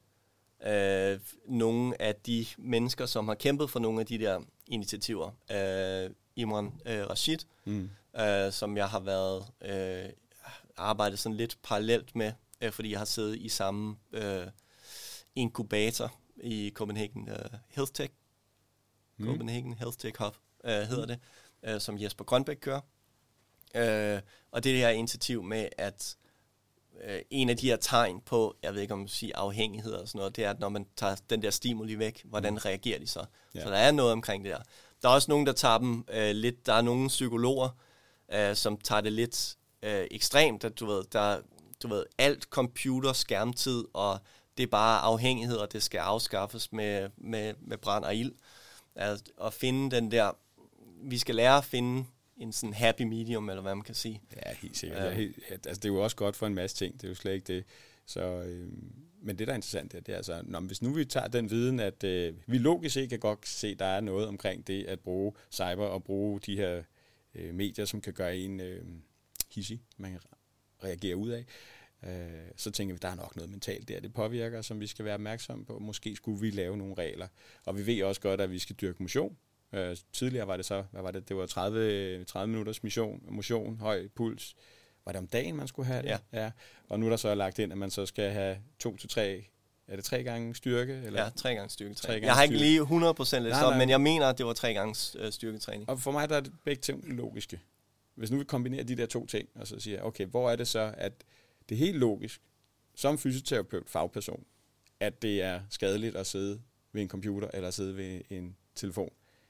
øh, nogle af de mennesker, som har kæmpet for nogle af de der initiativer. Øh, Imran øh, Rashid, mm. øh, som jeg har været øh, arbejdet sådan lidt parallelt med, øh, fordi jeg har siddet i samme øh, inkubator i Copenhagen øh, Health Tech. Mm. Copenhagen Health Tech Hub øh, hedder det, øh, som Jesper Grønbæk kører. Øh, og det her initiativ med, at øh, en af de her tegn på, jeg ved ikke om man siger afhængighed og sådan noget, det er, at når man tager den der stimuli væk, hvordan mm. reagerer de så? Yeah. Så der er noget omkring det der. Der er også nogen, der tager dem øh, lidt, der er nogle psykologer, øh, som tager det lidt øh, ekstremt, at du ved, der, du ved, alt computer, skærmtid, og det er bare afhængighed, og det skal afskaffes med, med, med brand og ild. Altså, at finde den der, vi skal lære at finde en sådan happy medium, eller hvad man kan sige. Ja, helt sikkert. Ja. Helt, altså, det er jo også godt for en masse ting, det er jo slet ikke det. Så, øh, men det, der er interessant, det er altså, når, hvis nu vi tager den viden, at øh, vi logisk set kan godt se, at der er noget omkring det, at bruge cyber og bruge de her øh, medier, som kan gøre en øh, hissig, man kan reagere ud af. Øh, så tænker vi, der er nok noget mentalt der, det påvirker, som vi skal være opmærksomme på. Måske skulle vi lave nogle regler. Og vi ved også godt, at vi skal dyrke motion. Øh, tidligere var det så, hvad var det? Det var tredive, tredive minutters motion, motion, høj puls. Var det om dagen, man skulle have det? Ja. Ja. Og nu er der så lagt ind, at man så skal have to til tre, er det tre gange styrke? Eller? Ja, tre gange styrketræning. Tre gange jeg har ikke styrke. lige hundrede procent læst Nej, op, nej. men jeg mener, at det var tre gange øh, styrketræning. Og for mig der er det begge ting logiske. Hvis nu vi kombinerer de der to ting, og så siger, okay, hvor er det så, at det er helt logisk, som fysioterapeut, fagperson, at det er skadeligt at sidde ved en computer, eller sidde ved en telefon,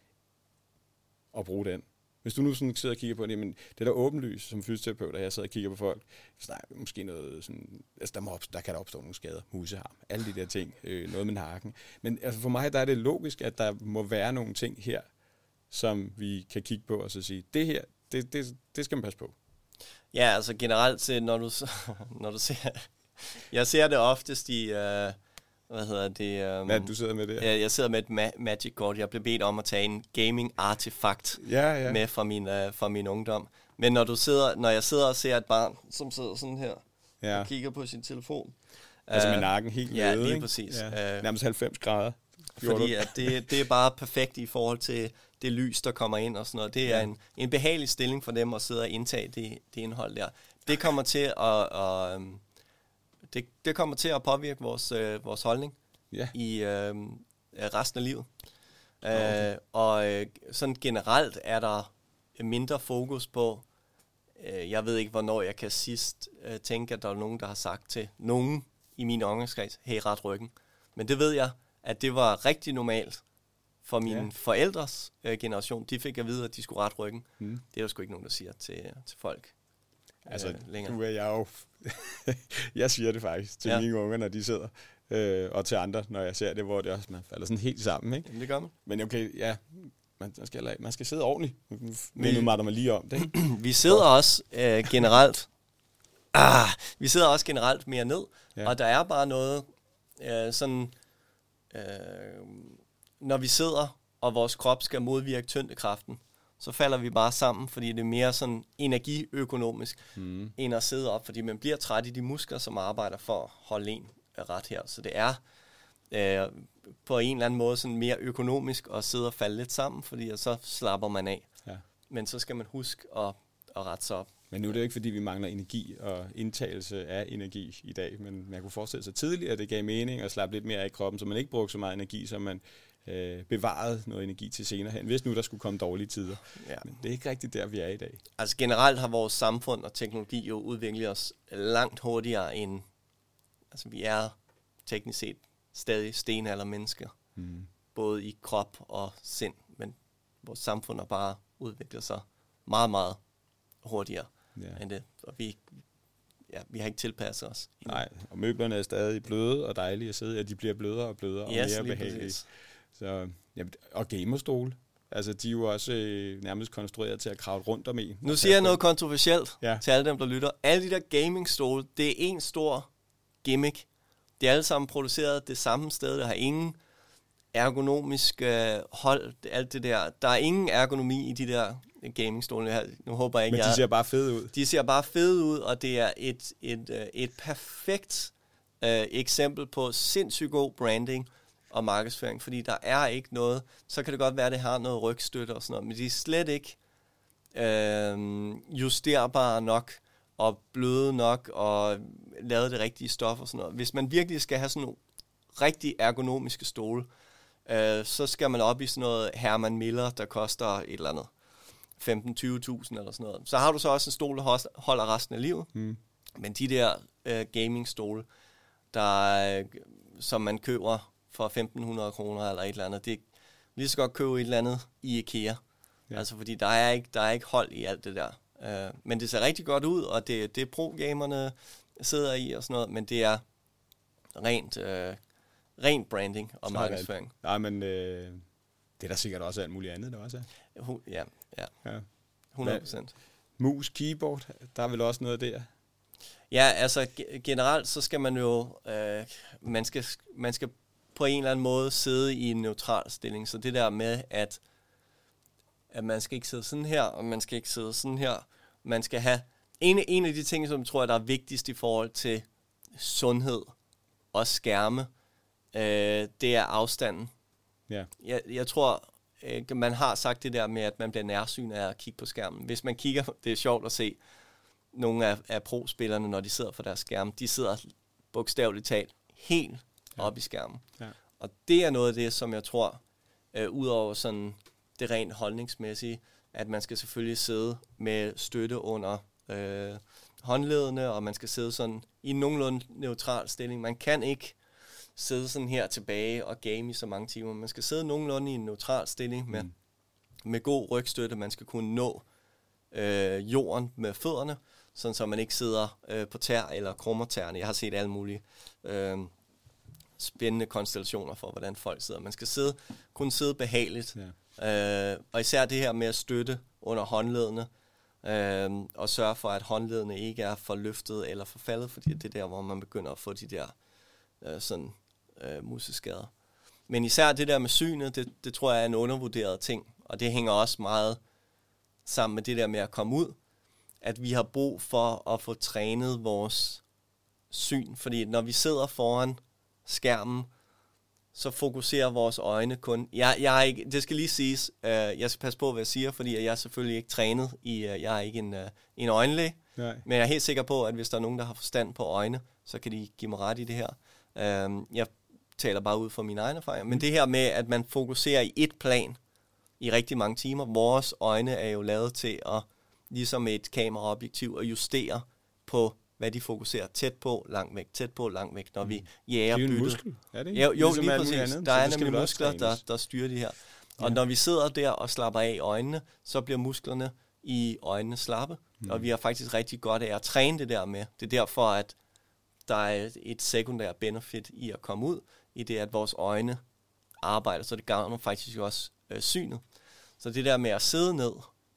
og bruge den. Hvis du nu sådan sidder og kigger på det, men det er da åbenlyst som fysioterapeut, at jeg sidder og kigger på folk, så der er måske noget sådan, altså der, må opstå, der kan der opstå nogle skader, museharm, alle de der ting, øh, noget med nakken. Men altså for mig der er det logisk, at der må være nogle ting her, som vi kan kigge på og så sige, det her, det, det, det skal man passe på. Ja, altså generelt, når du, når du ser, jeg ser det oftest i, uh, hvad hedder det? Um, Hvad du sidder med det? Jeg, jeg sidder med et ma- Magic Kort. Jeg blev bedt om at tage en gaming-artefakt ja, ja. med fra min, uh, fra min ungdom. Men når, du sidder, når jeg sidder og ser et barn, som sidder sådan her, ja. og kigger på sin telefon. Altså med nakken helt nede, ja, lige ikke? præcis. Ja. Nærmest halvfems grader. Fordi at det, det er bare perfekt i forhold til det lys, der kommer ind og sådan noget. Det er ja. en, en behagelig stilling for dem at sidde og indtage det, det indhold der. Det kommer til at, at det, det kommer til at påvirke vores, øh, vores holdning ja. i øh, resten af livet. Okay. Øh, og øh, sådan generelt er der mindre fokus på, øh, jeg ved ikke, hvornår jeg kan sidst øh, tænke, at der er nogen, der har sagt til nogen i min omgangskreds, hey, ret ryggen. Men det ved jeg, at det var rigtig normalt for mine ja. forældres øh, generation. De fik at vide, at de skulle ret ryggen. Mm. Det er jo sgu ikke nogen, der siger til, til folk altså, øh, længere. Nu er jeg jo... jeg siger det faktisk til ja. mine unger, når de sidder, øh, og til andre, når jeg ser det, hvor det også, man falder sådan helt sammen. Ikke? Jamen, det gør man. Men okay, ja, man skal, man skal sidde ordentligt. Nu matter man lige om det. Ikke? Vi sidder også øh, generelt... ah, vi sidder også generelt mere ned, ja. og der er bare noget øh, sådan... Øh, når vi sidder, og vores krop skal modvirke tyngdekraften, så falder vi bare sammen, fordi det er mere sådan energiøkonomisk, mm. end at sidde op, fordi man bliver træt i de muskler, som arbejder for at holde en ret her. Så det er øh, på en eller anden måde sådan mere økonomisk at sidde og falde lidt sammen, fordi så slapper man af. Ja. Men så skal man huske at, at rette sig op. Men nu er det jo ikke, fordi vi mangler energi og indtagelse af energi i dag, men man kunne forestille sig tidligere, at det gav mening at slappe lidt mere af i kroppen, så man ikke brugte så meget energi, så man øh, bevarede noget energi til senere hen, hvis nu der skulle komme dårlige tider. Ja. Men det er ikke rigtigt der, vi er i dag. Altså generelt har vores samfund og teknologi jo udviklet os langt hurtigere end, altså vi er teknisk set stadig stenaldermennesker, mm. både i krop og sind, men vores samfund har bare udviklet sig meget, meget hurtigere ja. end det. Og vi, ja, vi har ikke tilpasset os. Nej, og møblerne er stadig bløde og dejlige at sidde i, og de bliver blødere og blødere yes, og mere behagelige. Så, ja, og gamerstole. Altså, de er jo også øh, nærmest konstrueret til at kravle rundt om en. Nu siger jeg noget kontroversielt ja. til alle dem, der lytter. Alle de der gamingstole, det er en stor gimmick. De er alle sammen produceret det samme sted. Der har ingen ergonomisk øh, hold, alt det der. Der er ingen ergonomi i de der gamingstole her. Nu håber jeg ikke, Men de jeg, ser bare fede ud. De ser bare fede ud, og det er et, et, et, et perfekt øh, eksempel på sindssygt god branding og markedsføring, fordi der er ikke noget, så kan det godt være, at det har noget rygstøtte og sådan noget, men de er slet ikke øh, justerbare nok og bløde nok og lavet det rigtige stof og sådan noget. Hvis man virkelig skal have sådan nogle rigtig ergonomiske stole, øh, så skal man op i sådan noget Herman Miller, der koster et eller andet femten til tyve tusind eller sådan noget. Så har du så også en stol, der holder resten af livet. Mm. Men de der øh, gaming-stole, der, øh, som man køber for femten hundrede kroner eller et eller andet, det er lige så godt købe et eller andet i IKEA. Ja. Altså fordi der er, ikke, der er ikke hold i alt det der. Øh, men det ser rigtig godt ud, og det, det er pro-gamerne sidder i og sådan noget, men det er rent, øh, rent branding og markedsføring. Nej, men øh, det er der sikkert også alt muligt andet, der også er. Ja, ja. ja. hundrede procent. Mus, keyboard, der er vel også noget der? Ja, altså generelt så skal man jo, øh, man, skal, man skal på en eller anden måde sidde i en neutral stilling. Så det der med, at, at man skal ikke sidde sådan her, og man skal ikke sidde sådan her. Man skal have en, en af de ting, som jeg tror, der er vigtigst i forhold til sundhed og skærme, øh, det er afstanden. Ja. Jeg, jeg tror, øh, man har sagt det der med, at man bliver nærsynet af at kigge på skærmen. Hvis man kigger, det er sjovt at se nogle af, af pro-spillerne, når de sidder for deres skærm, de sidder bogstaveligt talt helt ja. op i skærmen. Ja. Og det er noget af det, som jeg tror, øh, udover sådan det rent holdningsmæssige, at man skal selvfølgelig sidde med støtte under øh, håndledene, og man skal sidde sådan i en nogenlunde neutral stilling. Man kan ikke sidde sådan her tilbage og game i så mange timer. Man skal sidde nogenlunde i en neutral stilling med, mm. med god rygstøtte. Man skal kunne nå øh, jorden med fødderne, sådan så man ikke sidder øh, på tær eller krummer tæerne. Jeg har set alle mulige øh, spændende konstellationer for, hvordan folk sidder. Man skal sidde, kunne sidde behageligt. Ja. Øh, og især det her med at støtte under håndledene, øh, og sørge for, at håndledene ikke er for løftet eller for faldet, fordi det er der, hvor man begynder at få de der øh, sådan øh, museskader. Men især det der med synet, det, det tror jeg er en undervurderet ting, og det hænger også meget sammen med det der med at komme ud, at vi har brug for at få trænet vores syn, fordi når vi sidder foran skærmen, så fokuserer vores øjne kun. Jeg, jeg er ikke, det skal lige siges, øh, jeg skal passe på, hvad jeg siger, fordi jeg er selvfølgelig ikke trænet i, øh, jeg er ikke en, øh, en øjenlæge, Nej. Men jeg er helt sikker på, at hvis der er nogen, der har forstand på øjne, så kan de give mig ret i det her. Øh, jeg taler bare ud fra mine egne erfaringer, men det her med, at man fokuserer i et plan i rigtig mange timer, vores øjne er jo lavet til at, ligesom et kameraobjektiv, at justere på hvad de fokuserer tæt på, langt væk, tæt på, langt væk, når vi jager byttet. Det er jo en muskel, er det ikke? Jo, jo ligesom lige præcis. Andet, der er nemlig muskler, der, der styrer de her. Og ja. Når vi sidder der og slapper af i øjnene, så bliver musklerne i øjnene slappe. Mm. Og vi har faktisk rigtig godt af at træne det der med. Det er derfor, at der er et sekundært benefit i at komme ud, i det, at vores øjne arbejder, så det gavner faktisk også øh, synet. Så det der med at sidde ned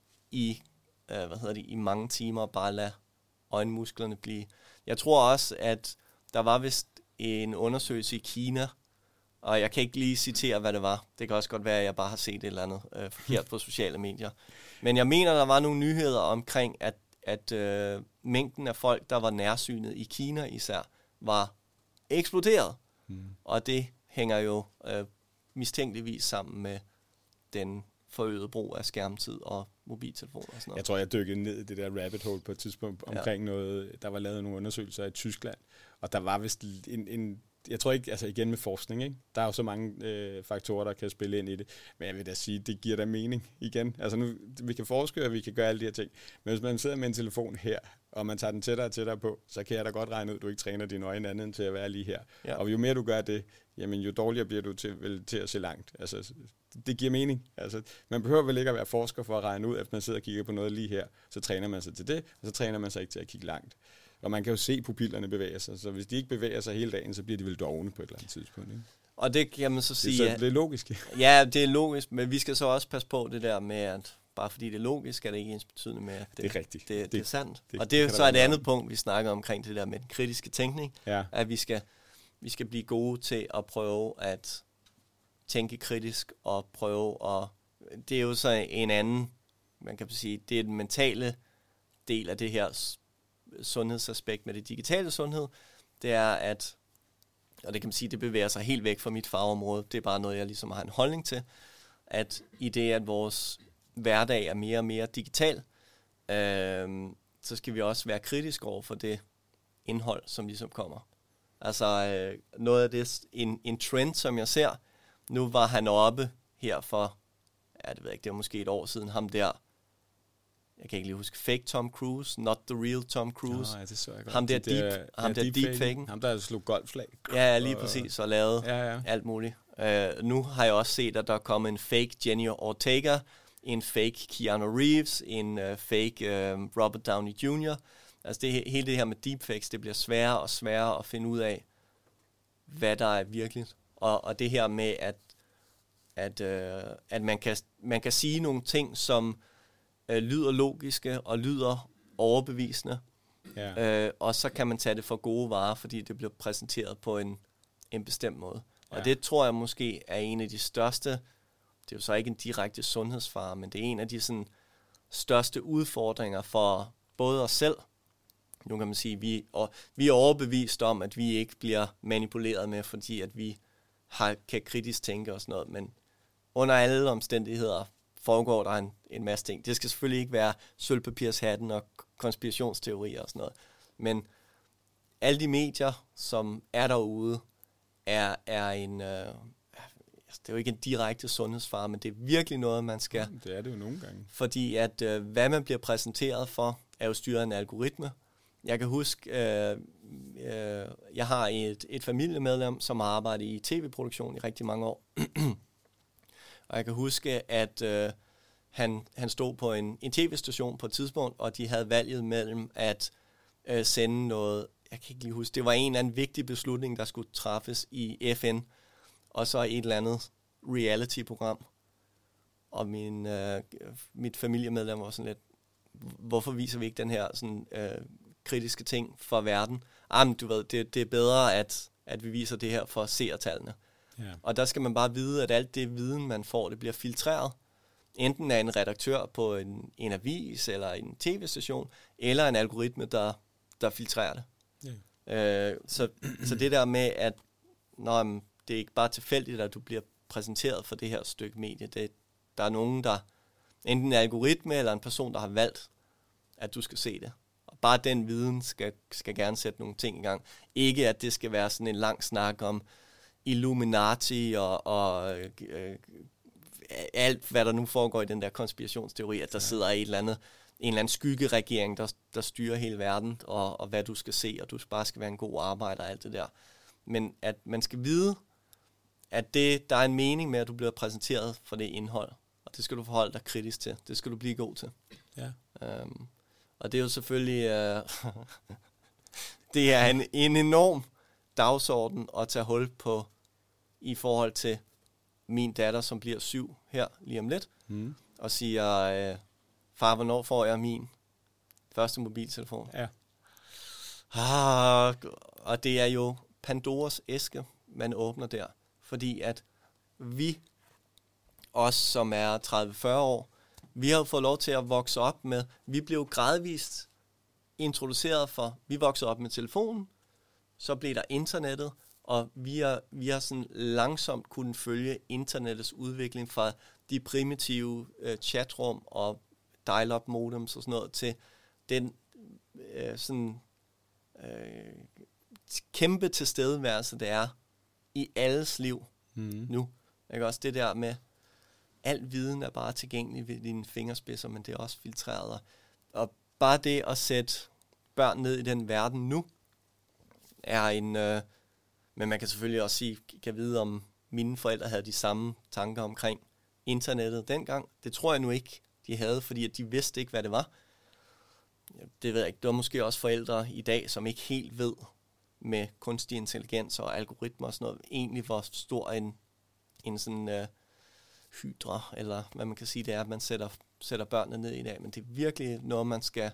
i, øh, hvad hedder det, i mange timer og bare lade øjenmusklerne blive. Jeg tror også, at der var vist en undersøgelse i Kina, og jeg kan ikke lige citere, hvad det var. Det kan også godt være, at jeg bare har set et eller andet øh, forkert på sociale medier. Men jeg mener, der var nogle nyheder omkring, at, at øh, mængden af folk, der var nærsynet i Kina især, var eksploderet. Mm. Og det hænger jo øh, mistænkeligvis sammen med den forøget brug af skærmtid og mobiltelefoner og sådan noget. Jeg tror, jeg dykkede ned i det der rabbit hole på et tidspunkt omkring ja. noget, der var lavet nogle undersøgelser i Tyskland, og der var vist en, en jeg tror ikke, altså igen med forskning, ikke? Der er jo så mange øh, faktorer, der kan spille ind i det, men jeg vil da sige, det giver da mening igen. Altså nu, vi kan forske, og vi kan gøre alle de her ting, men hvis man sidder med en telefon her, og man tager den tættere og tættere på, så kan jeg da godt regne ud, at du ikke træner dine øjne andet end til at være lige her. Ja. Og jo mere du gør det, jamen jo dårligere bliver du til, vel, til at se langt. Altså, det giver mening. Altså, man behøver vel ikke at være forsker for at regne ud, at man sidder og kigger på noget lige her, så træner man sig til det, og så træner man sig ikke til at kigge langt. Og man kan jo se pupillerne bevæge sig, så hvis de ikke bevæger sig hele dagen, så bliver de vel dovne på et eller andet tidspunkt. Ikke? Og det kan man så sige... Det er, så, det er logisk. Ja, det er logisk, men vi skal så også passe på det der med, at bare fordi det er logisk, er det ikke ens betydende med, at det, det er rigtigt. Det, det, det er sandt. Det, og det, det er så et andet punkt, vi snakker omkring det der med den kritiske tænkning, ja. At vi skal, vi skal blive gode til at prøve at tænke kritisk og prøve at... Det er jo så en anden, man kan sige, det er den mentale del af det her sundhedsaspekt med det digitale sundhed, det er at, og det kan man sige, det bevæger sig helt væk fra mit fagområde, det er bare noget, jeg ligesom har en holdning til, at i det, at vores hverdag er mere og mere digital, øh, så skal vi også være kritiske over for det indhold, som ligesom kommer. Altså øh, noget af det, en, en trend, som jeg ser, nu var han oppe her for, ja, det ved jeg ikke, det var måske et år siden, ham der, jeg kan ikke lige huske, fake Tom Cruise, not the real Tom Cruise. Oh, ja, det så jeg godt. Ham der, deep, der, ham ja, der deepfaken. Ham der slog golfslag. Ja, lige og, præcis, og lavede ja, ja. alt muligt. Uh, nu har jeg også set, at der er kommet en fake Jenny Ortega, en fake Keanu Reeves, en uh, fake uh, Robert Downey junior Altså det, hele det her med deepfakes, det bliver sværere og sværere at finde ud af, hvad der er virkeligt. Og, og det her med, at, at, uh, at man, kan, man kan sige nogle ting, som Øh, lyder logiske og lyder overbevisende, ja. øh, og så kan man tage det for gode varer, fordi det bliver præsenteret på en, en bestemt måde. Ja. Og det tror jeg måske er en af de største, det er jo så ikke en direkte sundhedsfare, men det er en af de sådan, største udfordringer for både os selv, nu kan man sige, vi, og, vi er overbevist om, at vi ikke bliver manipuleret med, fordi at vi har, kan kritisk tænke og sådan noget, men under alle omstændigheder foregår der en, en masse ting. Det skal selvfølgelig ikke være sølvpapirshatten og konspirationsteorier og sådan noget, men alle de medier, som er derude, er, er en... Øh, det er jo ikke en direkte sundhedsfare, men det er virkelig noget, man skal... Det er det jo nogle gange. Fordi at øh, hvad man bliver præsenteret for, er jo styret af en algoritme. Jeg kan huske, øh, øh, jeg har et, et familiemedlem, som har arbejdet i tv-produktion i rigtig mange år. Og jeg kan huske, at øh, han, han stod på en, en tv-station på et tidspunkt, og de havde valget mellem at øh, sende noget... Jeg kan ikke lige huske, det var en eller anden vigtig beslutning, der skulle træffes i F N, og så et eller andet reality-program. Og min, øh, mit familiemedlem var sådan lidt, hvorfor viser vi ikke den her sådan, øh, kritiske ting for verden? Ah, men du ved, det, det er bedre, at, at vi viser det her for seertallene. Yeah. Og der skal man bare vide, at alt det viden, man får, det bliver filtreret. Enten af en redaktør på en, en avis, eller en tv-station, eller en algoritme, der, der filtrerer det. Yeah. Øh, så, så det der med, at når det er ikke bare tilfældigt, at du bliver præsenteret for det her stykke medie. Det, der er nogen, der enten en algoritme eller en person, der har valgt, at du skal se det. Og bare den viden skal, skal gerne sætte nogle ting i gang. Ikke at det skal være sådan en lang snak om Illuminati og, og øh, alt, hvad der nu foregår i den der konspirationsteori, at der ja. sidder et eller andet, en eller anden skyggeregering, der, der styrer hele verden, og, og hvad du skal se, og du bare skal være en god arbejder og alt det der. Men at man skal vide, at det, der er en mening med, at du bliver præsenteret for det indhold, og det skal du forholde dig kritisk til. Det skal du blive god til. Ja. Um, og det er jo selvfølgelig, uh, det er en, en enorm dagsorden at tage hul på i forhold til min datter, som bliver syv her lige om lidt, mm. og siger, uh, far, hvornår får jeg min første mobiltelefon? Ja. Ah, og det er jo Pandoras æske, man åbner der. Fordi at vi, os som er tredive til fyrre år, vi har jo fået lov til at vokse op med, vi blev gradvist introduceret for, vi voksede op med telefonen, så blev der internettet, og vi har, vi har sådan langsomt kunnet følge internettets udvikling fra de primitive øh, chatrum og dial-up modems og sådan noget, til den øh, sådan øh, kæmpe tilstedeværelse, det er i alles liv mm. nu. Ikke også det der med, al viden er bare tilgængelig ved dine fingerspidser, men det er også filtreret. Og bare det at sætte børn ned i den verden nu, er en... Øh, men man kan selvfølgelig også sige, kan vide, om mine forældre havde de samme tanker omkring internettet dengang. Det tror jeg nu ikke, de havde, fordi at de vidste ikke, hvad det var. Det ved jeg ikke. Det var måske også forældre i dag, som ikke helt ved, med kunstig intelligens og algoritmer og sådan noget, egentlig hvor stor en, en sådan øh, hydra, eller hvad man kan sige, det er, at man sætter, sætter børnene ned i dag, men det er virkelig noget, man skal,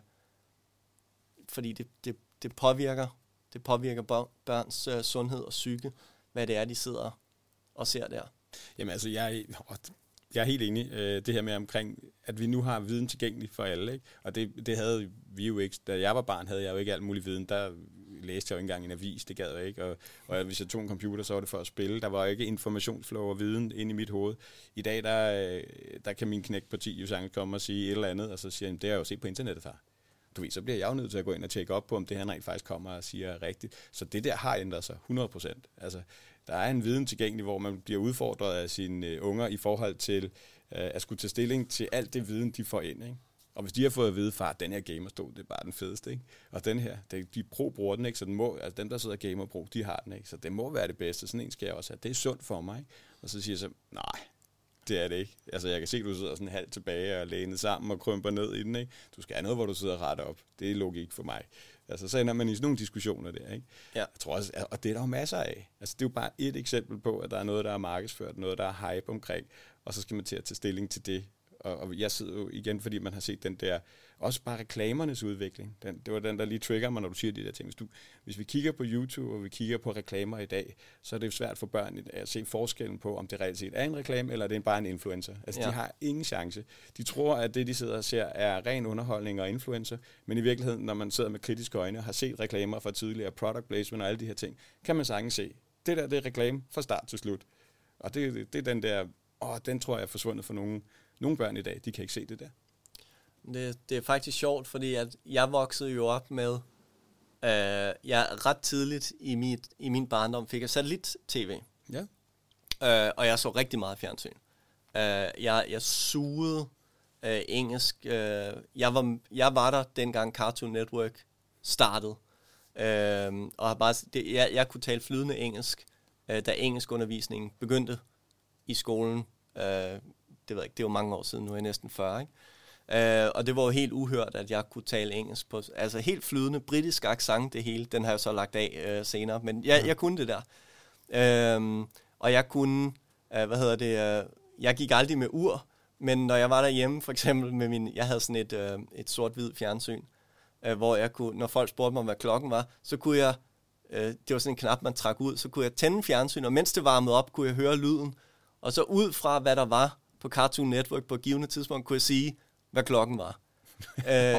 fordi det, det, det påvirker, det påvirker børns øh, sundhed og psyke, hvad det er, de sidder og ser der. Jamen altså, jeg, jeg er helt enig, øh, det her med omkring, at vi nu har viden tilgængelig for alle, ikke? Og det, det havde vi jo ikke, da jeg var barn, havde jeg jo ikke alt mulig viden, der læste jeg jo ikke engang en avis, det gad jeg ikke, og, og hvis jeg tog en computer, så var det for at spille. Der var ikke informationsflow og viden inde i mit hoved. I dag, der, der kan min knægt på ti jo sagtens komme og sige et eller andet, og så siger han, det har jeg jo set på internettet, far. Du ved, så bliver jeg jo nødt til at gå ind og tjekke op på, om det han rent faktisk kommer og siger rigtigt. Så det der har ændret sig hundrede procent. Altså, der er en viden tilgængelig, hvor man bliver udfordret af sine unger i forhold til øh, at skulle tage stilling til alt det viden, de får ind, ikke? Og hvis de har fået at vide, far, den her gamerstol, det er bare den fedeste, ikke? Og den her, de pro bruger den, ikke? Så den må, altså dem, der sidder gamer pro, de har den, ikke? Så det må være det bedste. Sådan en skal jeg også have. Det er sundt for mig, ikke? Og så siger jeg så, nej, det er det ikke. Altså, jeg kan se, at du sidder sådan halvt tilbage og lænet sammen og krymper ned i den, ikke? Du skal have noget, hvor du sidder ret op. Det er logik for mig. Altså, så ender man i sådan nogle diskussioner der, ikke? Ja. Jeg tror også, og det er der jo masser af. Altså, det er jo bare et eksempel på, at der er noget, der er markedsført, noget, der er hype omkring, og så skal man til at tage stilling til det. og, og jeg sidder jo igen, fordi man har set den der, også bare reklamernes udvikling. Den, det var den, der lige trigger mig, når du siger de der ting. Hvis, du, hvis vi kigger på YouTube, og vi kigger på reklamer i dag, så er det jo svært for børn at se forskellen på, om det reelt set er en reklame, eller det er bare en influencer. Altså, ja. De har ingen chance. De tror, at det, de sidder og ser, er ren underholdning og influencer, men i virkeligheden, når man sidder med kritiske øjne og har set reklamer fra tidligere, product placement og alle de her ting, kan man sagtens se, det der, det er reklame fra start til slut. Og det, det, det er den der, åh, den tror jeg er forsvundet for nogle, nogle børn i dag. De kan ikke se det der. Det, det er faktisk sjovt, fordi at jeg voksede jo op med, øh, jeg ret tidligt i, mit, i min barndom fik jeg satellit-tv. Ja. Øh, og jeg så rigtig meget fjernsyn. Øh, jeg, jeg sugede øh, engelsk. Øh, jeg, var, jeg var der dengang Cartoon Network startede. Øh, og bare, det, jeg, jeg kunne tale flydende engelsk, øh, da engelskundervisningen begyndte i skolen. Øh, det ved jeg ikke, det var mange år siden, nu er jeg næsten fyrre, ikke? Uh, og det var jo helt uhørt, at jeg kunne tale engelsk på, altså helt flydende, britisk accent det hele, den har jeg så lagt af uh, senere, men jeg, jeg kunne det der. Uh, og jeg kunne, uh, hvad hedder det, uh, jeg gik aldrig med ur, men når jeg var derhjemme, for eksempel med min, jeg havde sådan et, uh, et sort-hvid fjernsyn, uh, hvor jeg kunne, når folk spurgte mig, hvad klokken var, så kunne jeg, uh, det var sådan en knap, man trak ud, så kunne jeg tænde fjernsyn, og mens det varmede op, kunne jeg høre lyden, og så ud fra, hvad der var på Cartoon Network på et givende tidspunkt, kunne jeg sige, hvad klokken var. okay.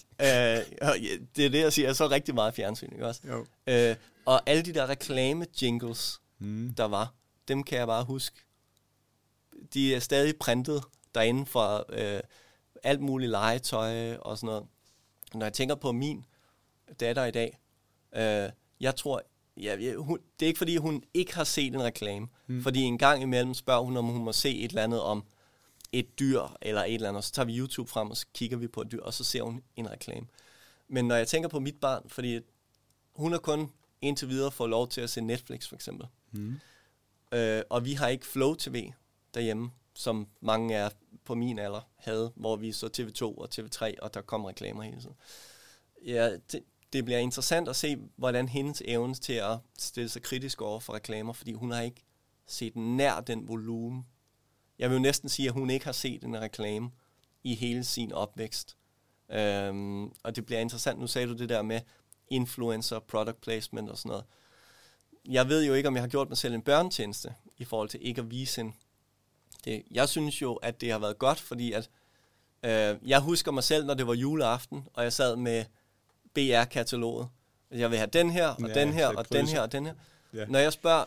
øh, det er det, jeg siger. Jeg så rigtig meget fjernsyn, ikke også? Jo. Øh, og alle de der reklame-jingles, mm. der var, dem kan jeg bare huske. De er stadig printet derinde fra øh, alt muligt legetøj og sådan noget. Når jeg tænker på min datter i dag, øh, jeg tror, ja, hun, det er ikke fordi, hun ikke har set en reklame. Mm. Fordi en gang imellem spørger hun, om hun må se et eller andet om et dyr eller et eller andet, og så tager vi YouTube frem, og så kigger vi på et dyr, og så ser hun en reklame. Men når jeg tænker på mit barn, fordi hun har kun indtil videre fået lov til at se Netflix, for eksempel. Mm. Øh, og vi har ikke Flow T V derhjemme, som mange af på min alder havde, hvor vi så T V to og T V tre, og der kom reklamer hele tiden. Ja, det, det bliver interessant at se, hvordan hendes evne til at stille sig kritisk over for reklamer, fordi hun har ikke set nær den volumen. Jeg vil jo næsten sige, at hun ikke har set en reklame i hele sin opvækst. Øhm, og det bliver interessant. Nu sagde du det der med influencer, product placement og sådan noget. Jeg ved jo ikke, om jeg har gjort mig selv en børnetjeneste i forhold til ikke at vise en. Det, jeg synes jo, at det har været godt, fordi at øh, jeg husker mig selv, når det var juleaften, og jeg sad med B R-kataloget. Jeg vil have den her, og ja, den her, og den her, og den her. Ja. Når jeg spørger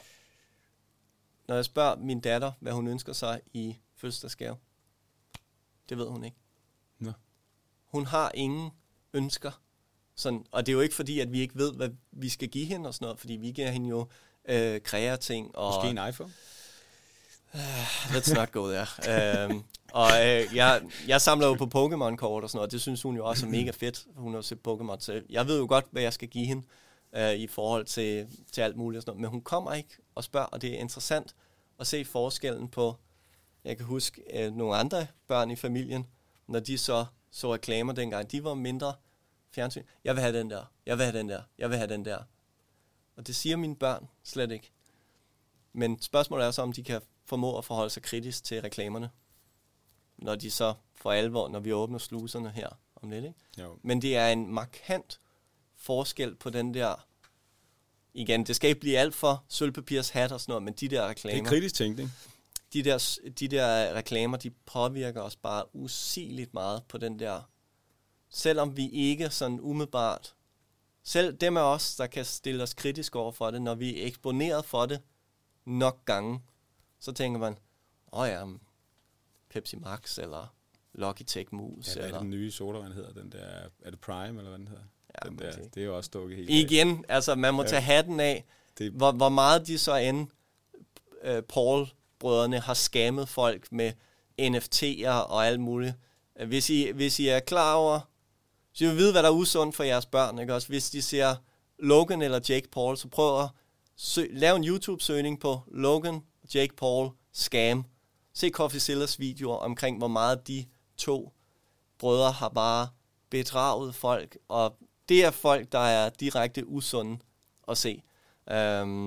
Når jeg spørger min datter, hvad hun ønsker sig i fødselsdagsgave, det ved hun ikke. Nå. Hun har ingen ønsker. Sådan, og det er jo ikke fordi, at vi ikke ved, hvad vi skal give hende og sådan noget, fordi vi giver hende jo øh, kreating. Og måske en iPhone? Uh, let's not go there. um, og øh, jeg, jeg samler jo på Pokémon-kort og sådan noget, og det synes hun jo også er mega fedt. Hun har set Pokémon, så jeg ved jo godt, hvad jeg skal give hende øh, i forhold til, til alt muligt og sådan noget. Men hun kommer ikke og spørger, og det er interessant at se forskellen på, jeg kan huske øh, nogle andre børn i familien, når de så så reklamer dengang, de var mindre fjernsyn. Jeg vil have den der, jeg vil have den der, jeg vil have den der. Og det siger mine børn slet ikke. Men spørgsmålet er så, om de kan formå at forholde sig kritisk til reklamerne, når de så for alvor, når vi åbner sluserne her om lidt, ikke? Jo. Men det er en markant forskel på den der, igen, det skal ikke blive alt for sølvpapirs hat og sådan noget, men de der reklamer. Det er kritisk tænkning. De der, de der reklamer, de påvirker os bare usigeligt meget på den der, selvom vi ikke sådan umiddelbart, selv dem af os, der kan stille os kritisk over for det, når vi er eksponeret for det nok gange, så tænker man, åh oh ja, Pepsi Max, eller Logitech Mus. Ja, hvad eller er den nye sodavand hedder? Den der, er det Prime, eller hvad den hedder? Ja, den der, det er jo også stukket helt igen, af. Altså man må ja. tage hatten af, det. Hvor, hvor meget de så end, uh, Paul-brødrene har skammet folk med N F T'er og alt muligt. Hvis I, hvis I er klar over, så I vil vide, hvad der er usundt for jeres børn, ikke også? Hvis de ser Logan eller Jake Paul, så prøv at sø- lave en YouTube-søgning på Logan og Jake Paul scam. Se Coffeezillas videoer omkring, hvor meget de to brødre har bare bedraget folk, og det er folk, der er direkte usunde at se. Um,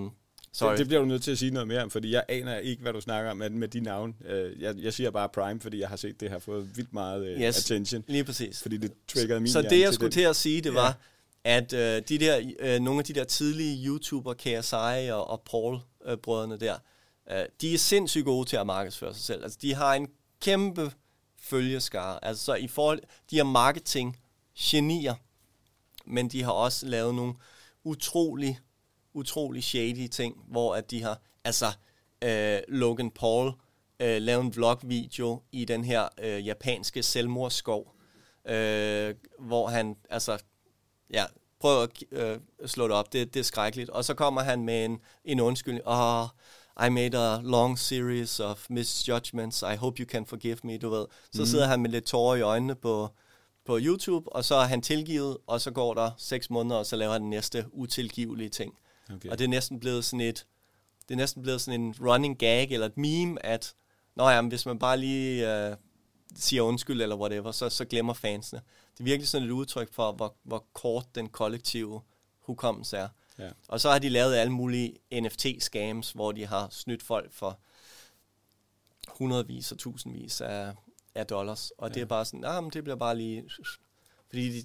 Det, det bliver du nødt til at sige noget mere om, fordi jeg aner ikke, hvad du snakker om med, med de navne. Jeg, jeg siger bare Prime, fordi jeg har set, det har fået vildt meget yes, attention. Lige præcis. Fordi det triggede min Så det, jeg skulle til, til at sige, det var, ja. at øh, de der, øh, nogle af de der tidlige YouTuber, K S I og, og Paul-brødrene øh, der, øh, de er sindssygt gode til at markedsføre sig selv. Altså, de har en kæmpe følgeskare. Altså, så i forhold, de er marketing-genier, men de har også lavet nogle utrolig, utrolig shady ting, hvor at de har, altså, øh, Logan Paul øh, lavet en vlog-video i den her øh, japanske selvmordsskov, øh, hvor han, altså, ja, prøv at øh, slå det op, det, det er skrækkeligt. Og så kommer han med en, en undskyldning, åh, oh, I made a long series of misjudgments, I hope you can forgive me, du ved. Så mm. sidder han med lidt tårer i øjnene på, på YouTube, og så er han tilgivet, og så går der seks måneder, og så laver han den næste utilgivelige ting. Okay. Og det er næsten blevet sådan et, det er næsten blevet sådan en running gag, eller et meme, at, nå ja, hvis man bare lige øh, siger undskyld, eller whatever, så, så glemmer fansene. Det er virkelig sådan et udtryk for, hvor, hvor kort den kollektive hukommelse er. Ja. Og så har de lavet alle mulige N F T-scams, hvor de har snydt folk for hundredvis og tusindvis af, af dollars. Og ja. Det er bare sådan, ah, men det bliver bare lige... Fordi de,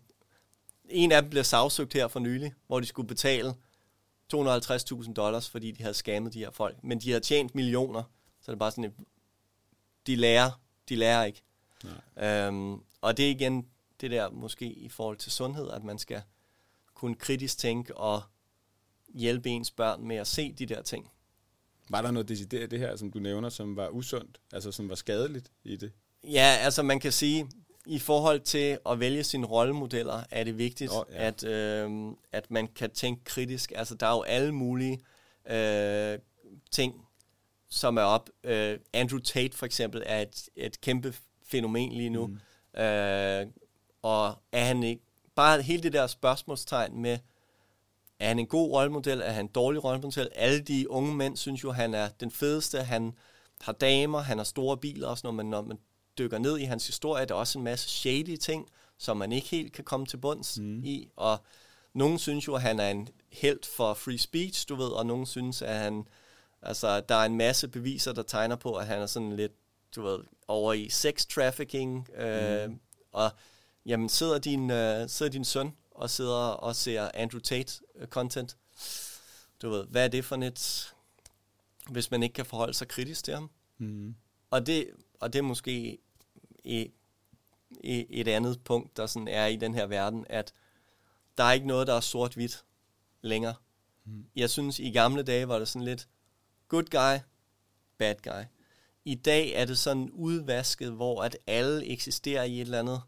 en af dem blev sagsøgt her for nylig, hvor de skulle betale to hundrede og halvtreds tusind dollars, fordi de havde scammet de her folk. Men de havde tjent millioner, så det er bare sådan, et, de lærer, de lærer ikke. Øhm, og det er igen det der måske i forhold til sundhed, at man skal kunne kritisk tænke og hjælpe ens børn med at se de der ting. Var der noget decideret det her, som du nævner, som var usundt, altså som var skadeligt i det? Ja, altså man kan sige, i forhold til at vælge sine rollemodeller, er det vigtigt, oh, ja. at, øh, at man kan tænke kritisk. Altså der er jo alle mulige øh, ting, som er op. Øh, Andrew Tate for eksempel er et, et kæmpe fænomen lige nu. Mm. Øh, og er han ikke, bare hele det der spørgsmålstegn med, er han en god rollemodel, er han en dårlig rollemodel? Alle de unge mænd synes jo, han er den fedeste, han har damer, han har store biler og sådan noget, men når man dykker ned i hans historie, der er også en masse shady ting, som man ikke helt kan komme til bunds mm. i, og nogen synes jo, at han er en helt for free speech, du ved, og nogen synes, at han, altså, der er en masse beviser, der tegner på, at han er sådan lidt, du ved, over i sex trafficking, øh, mm. og jamen, sidder din, øh, sidder din søn og sidder og ser Andrew Tate-content, du ved, hvad er det for net, hvis man ikke kan forholde sig kritisk til ham? Mm. Og det Og det er måske i, i et andet punkt, der sådan er i den her verden, at der er ikke noget, der er sort-hvidt længere. Mm. Jeg synes, i gamle dage var det sådan lidt good guy, bad guy. I dag er det sådan udvasket, hvor at alle eksisterer i et eller andet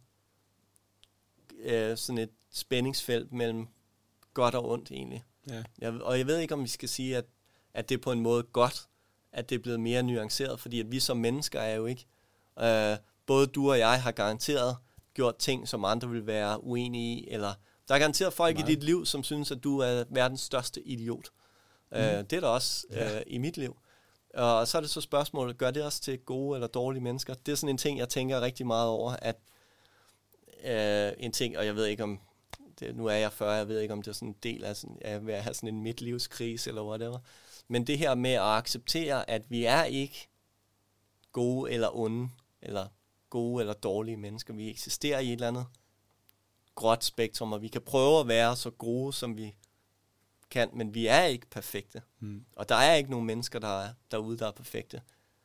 øh, sådan et spændingsfelt mellem godt og ondt egentlig. Ja. Jeg, og jeg ved ikke, om vi skal sige, at, at det er på en måde godt, at det er blevet mere nuanceret, fordi at vi som mennesker er jo ikke, øh, både du og jeg har garanteret gjort ting, som andre vil være uenige i, eller der er garanteret folk Nej. i dit liv, som synes, at du er verdens største idiot. Mm. Øh, det er der også ja. øh, i mit liv. Og så er det så spørgsmålet, gør det også til gode eller dårlige mennesker? Det er sådan en ting, jeg tænker rigtig meget over, at øh, en ting, og jeg ved ikke om, det, nu er jeg fyrre, jeg ved ikke om det er sådan en del af, sådan, af at have sådan en midtlivskrise eller whatever, men det her med at acceptere, at vi er ikke gode eller onde, eller gode eller dårlige mennesker. Vi eksisterer i et eller andet gråt spektrum, og vi kan prøve at være så gode, som vi kan, men vi er ikke perfekte. Mm. Og der er ikke nogen mennesker, der er derude, der er perfekte.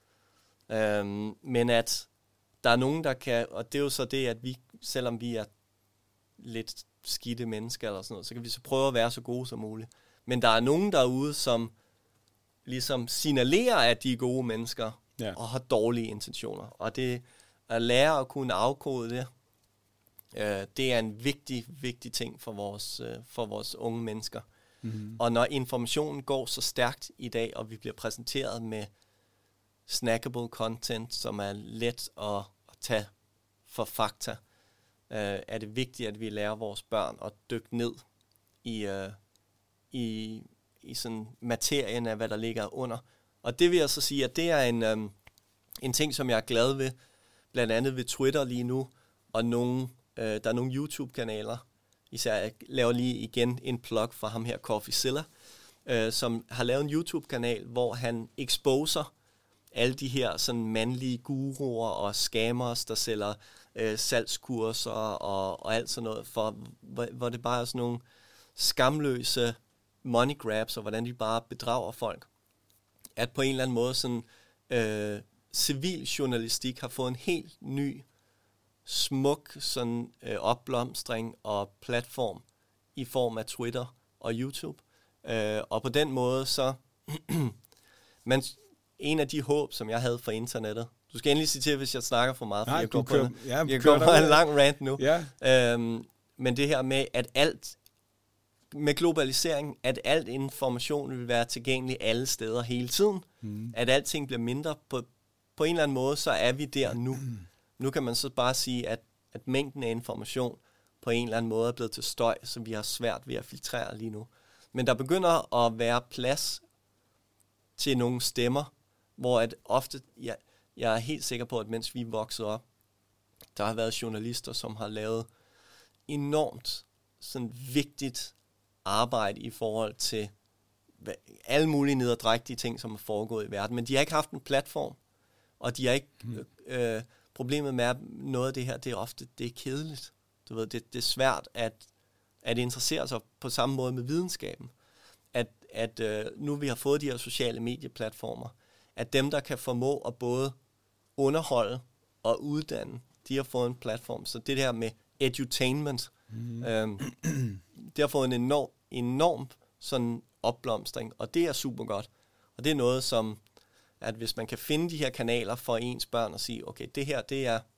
Øhm, men at der er nogen, der kan, og det er jo så det, at vi, selvom vi er lidt skidte mennesker eller sådan noget, så kan vi så prøve at være så gode som muligt. Men der er nogen derude, som ligesom signalerer, at de er gode mennesker, ja. og har dårlige intentioner. Og det at lære at kunne afkode det, øh, det er en vigtig, vigtig ting for vores, øh, for vores unge mennesker. Mm-hmm. Og når informationen går så stærkt i dag, og vi bliver præsenteret med snackable content, som er let at, at tage for fakta, øh, er det vigtigt, at vi lærer vores børn at dykke ned i, øh, i, i sådan materien af, hvad der ligger under. Og det vil jeg så sige, at det er en, øh, en ting, som jeg er glad ved, blandt andet ved Twitter lige nu, og nogle, øh, der er nogle YouTube-kanaler, især jeg laver lige igen en plug for ham her, Coffeezilla, øh, som har lavet en YouTube-kanal, hvor han exposer alle de her sådan mandlige guruer og scammers, der sælger øh, salgskurser og, og alt sådan noget, for, hvor, hvor det bare er sådan nogle skamløse money grabs, og hvordan de bare bedrager folk. At på en eller anden måde sådan øh, civil journalistik har fået en helt ny, smuk sådan øh, opblomstring og platform i form af Twitter og YouTube. Øh, og på den måde så man, en af de håb, som jeg havde for internettet. Du skal endelig sige til, hvis jeg snakker for meget, for Nej, jeg går kører, på, ja, jeg går på en lang rant nu. Ja. Øhm, men det her med, at alt med globalisering, at alt information vil være tilgængelig alle steder hele tiden, mm. at alting bliver mindre, på, på en eller anden måde, så er vi der nu. Mm. Nu kan man så bare sige, at, at mængden af information på en eller anden måde er blevet til støj, som vi har svært ved at filtrere lige nu. Men der begynder at være plads til nogle stemmer, hvor at ofte, ja, jeg er helt sikker på, at mens vi voksede op, der har været journalister, som har lavet enormt sådan vigtigt arbejde i forhold til hvad, alle mulige nederdrægtige ting, som er foregået i verden. Men de har ikke haft en platform, og de har ikke... Mm. Øh, problemet med noget af det her, det er ofte, det er kedeligt. Du ved, det, det er svært at, at interessere sig på samme måde med videnskaben. At, at øh, nu vi har fået de her sociale medieplatformer, at dem, der kan formå at både underholde og uddanne, de har fået en platform. Så det der med edutainment, mm. øhm, det har fået en enorm, enorm sådan opblomstring, og det er super godt. Og det er noget, som, at hvis man kan finde de her kanaler for ens børn og sige, okay, det her, det er,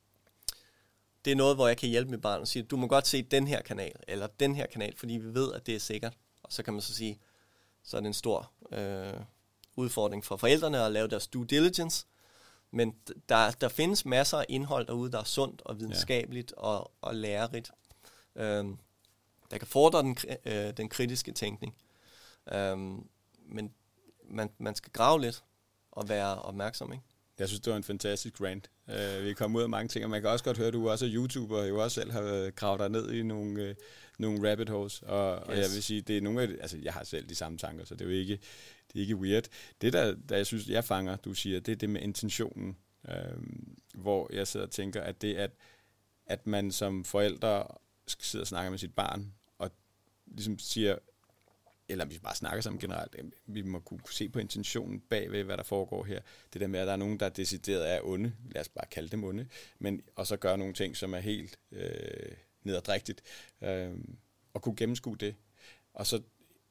det er noget, hvor jeg kan hjælpe mit barn og sige, du må godt se den her kanal, eller den her kanal, fordi vi ved, at det er sikkert. Og så kan man så sige, så er det en stor øh, udfordring for forældrene at lave deres due diligence, men der, der findes masser af indhold derude, der er sundt og videnskabeligt ja. og, og lærerigt, øh, der kan fordre den, øh, den kritiske tænkning. Øh, men man, man skal grave lidt og være opmærksom, ikke? Jeg synes, det var en fantastisk rant. Uh, vi er kommet ud af mange ting, og man kan også godt høre, at du også er YouTuber, og jo også selv har gravet dig ned i nogle, uh, nogle rabbit holes, og, yes. og jeg vil sige, det er nogle af, altså jeg har selv de samme tanker, så det er jo ikke, det er ikke weird. Det, der, der jeg synes, jeg fanger, du siger, det er det med intentionen, uh, hvor jeg sidder og tænker, at det er, at, at man som forældre sidder og snakker med sit barn, og ligesom siger, eller vi bare snakker sammen generelt, vi må kunne se på intentionen bagved, hvad der foregår her. Det der med, at der er nogen, der er decideret er onde, lad os bare kalde dem onde, men og så gøre nogle ting, som er helt øh, nederdrægtigt, øh, og kunne gennemskue det. Og så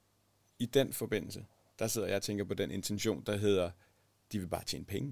i den forbindelse, der sidder jeg og tænker på den intention, der hedder, de vil bare tjene penge.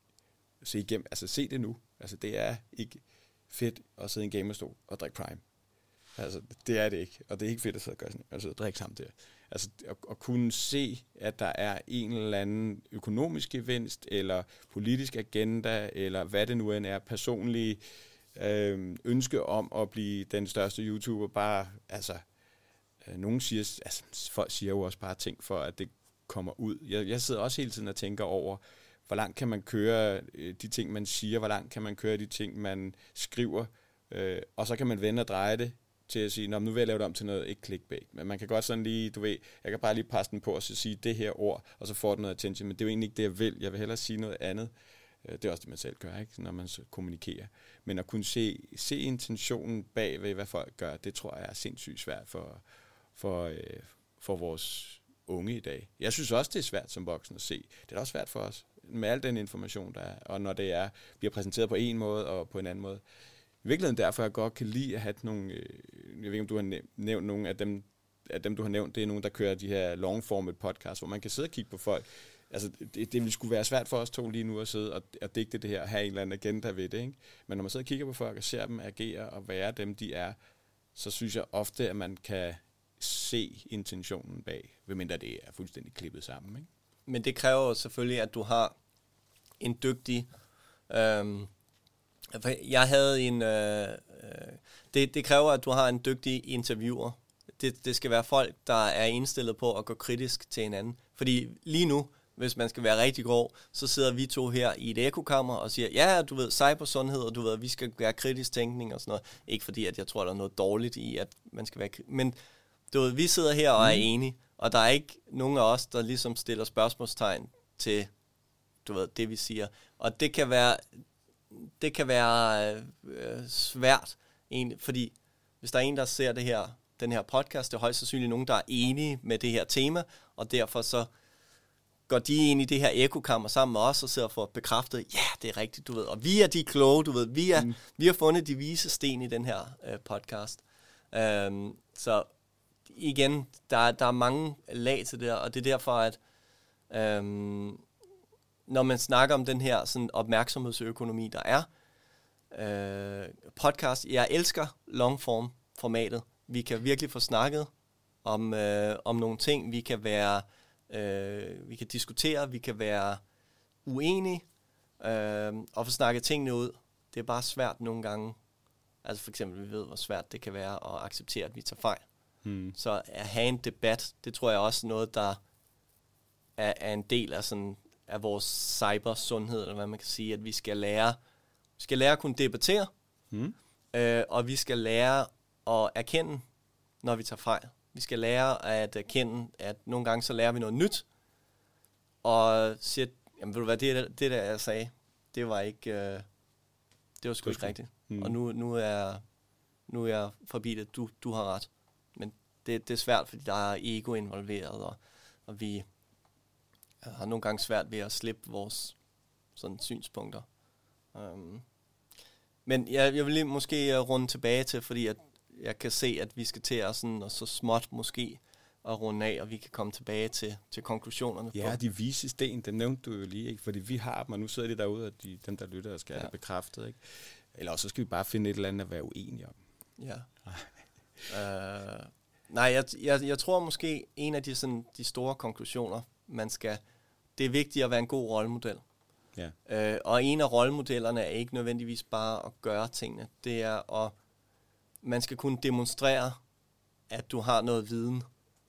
Se igennem, altså se det nu. Altså det er ikke fedt at sidde i en gamerstol og drikke Prime. Altså, det er det ikke, og det er ikke fedt at sidde og gøre sådan, altså at drikke sammen der. Altså, at, at kunne se, at der er en eller anden økonomisk gevinst, eller politisk agenda, eller hvad det nu end er, personlige øh, ønske om at blive den største YouTuber, bare, altså, øh, nogen siger, altså, folk siger jo også bare ting for, at det kommer ud. Jeg, jeg sidder også hele tiden og tænker over, hvor langt kan man køre øh, de ting, man siger, hvor langt kan man køre de ting, man skriver, øh, og så kan man vende og dreje det, til at sige, nu vil jeg lave det om til noget, ikke clickbait. Men man kan godt sådan lige, du ved, jeg kan bare lige passe den på og så sige det her ord, og så får det noget attention, men det er jo egentlig ikke det, jeg vil. Jeg vil hellere sige noget andet. Det er også det, man selv gør, ikke? Når man så kommunikerer. Men at kunne se, se intentionen bag ved, hvad folk gør, det tror jeg er sindssygt svært for, for, øh, for vores unge i dag. Jeg synes også, det er svært som voksen at se. Det er også svært for os, med al den information, der er, og når det er, bliver præsenteret på en måde og på en anden måde. I virkeligheden derfor, jeg godt kan lide at have nogle, øh, jeg ved ikke, om du har nævnt nogle af dem, af dem, du har nævnt, det er nogen, der kører de her longformet podcast, hvor man kan sidde og kigge på folk. Altså, det, det ville skulle være svært for os to lige nu at sidde og, og digte det her, og have en eller anden agenda ved det, ikke? Men når man sidder og kigger på folk og ser dem agere og være dem, de er, så synes jeg ofte, at man kan se intentionen bag, medmindre det er fuldstændig klippet sammen, ikke? Men det kræver selvfølgelig, at du har en dygtig... Øhm Jeg havde en... Øh, det, det kræver, at du har en dygtig interviewer. Det, det skal være folk, der er indstillet på at gå kritisk til hinanden. Fordi lige nu, hvis man skal være rigtig grov, så sidder vi to her i et ekokammer og siger, ja, du ved, cybersundhed, og du ved, at vi skal være kritisk tænkning og sådan noget. Ikke fordi, at jeg tror, der er noget dårligt i, at man skal være... Men du ved, vi sidder her og er enige, Og der er ikke nogen af os, der ligesom stiller spørgsmålstegn til, du ved, det vi siger. Og det kan være, det kan være øh, svært, egentlig, fordi hvis der er en, der ser det her, den her podcast, det er højst sandsynligt nogen, der er enige med det her tema, og derfor så går de ind i det her ekokammer sammen med os, og sidder for at bekræfte, ja, det er rigtigt, du ved, og vi er de kloge, du ved, vi, er, mm. vi har fundet de vise sten i den her øh, podcast. Um, så igen, der, der er mange lag til det, og det er derfor, at um, når man snakker om den her sådan opmærksomhedsøkonomi, der er, uh, podcast, jeg elsker longform formatet. Vi kan virkelig få snakket om, uh, om nogle ting, vi kan være, uh, vi kan diskutere, vi kan være uenige, uh, og få snakket tingene ud. Det er bare svært nogle gange. Altså for eksempel, vi ved, hvor svært det kan være at acceptere, at vi tager fejl. Hmm. Så at have en debat, det tror jeg også er noget, der er, er en del af, sådan, af vores cybersundhed, eller hvad man kan sige, at vi skal lære, vi skal lære at kunne debattere, hmm. øh, og vi skal lære at erkende, når vi tager fejl. Vi skal lære at erkende, at nogle gange så lærer vi noget nyt, og siger, jamen ved du hvad, det, det der jeg sagde, det var ikke, øh, det var sgu ikke rigtigt. Mm. Og nu, nu, er, nu er jeg forbi det, du, du har ret. Men det, det er svært, fordi der er ego involveret, og, og vi har nogle gange svært ved at slippe vores sådan, synspunkter. Um, men jeg, jeg vil lige måske runde tilbage til, fordi at jeg kan se, at vi skal til at sådan, og så småt måske at runde af, og vi kan komme tilbage til, til konklusionerne. Ja, på. De vise sten, dem nævnte du jo lige, ikke? Fordi vi har dem, og nu sidder de derude, og de, dem, der lytter, skal ja. have det bekræftet, ikke? Eller så skal vi bare finde et eller andet at være uenige om. Ja. uh, nej, jeg, jeg, jeg tror måske, en af de, sådan, de store konklusioner, man skal, det er vigtigt at være en god rollemodel. Ja. Uh, og en af rollemodellerne er ikke nødvendigvis bare at gøre tingene. Det er at, man skal kunne demonstrere, at du har noget viden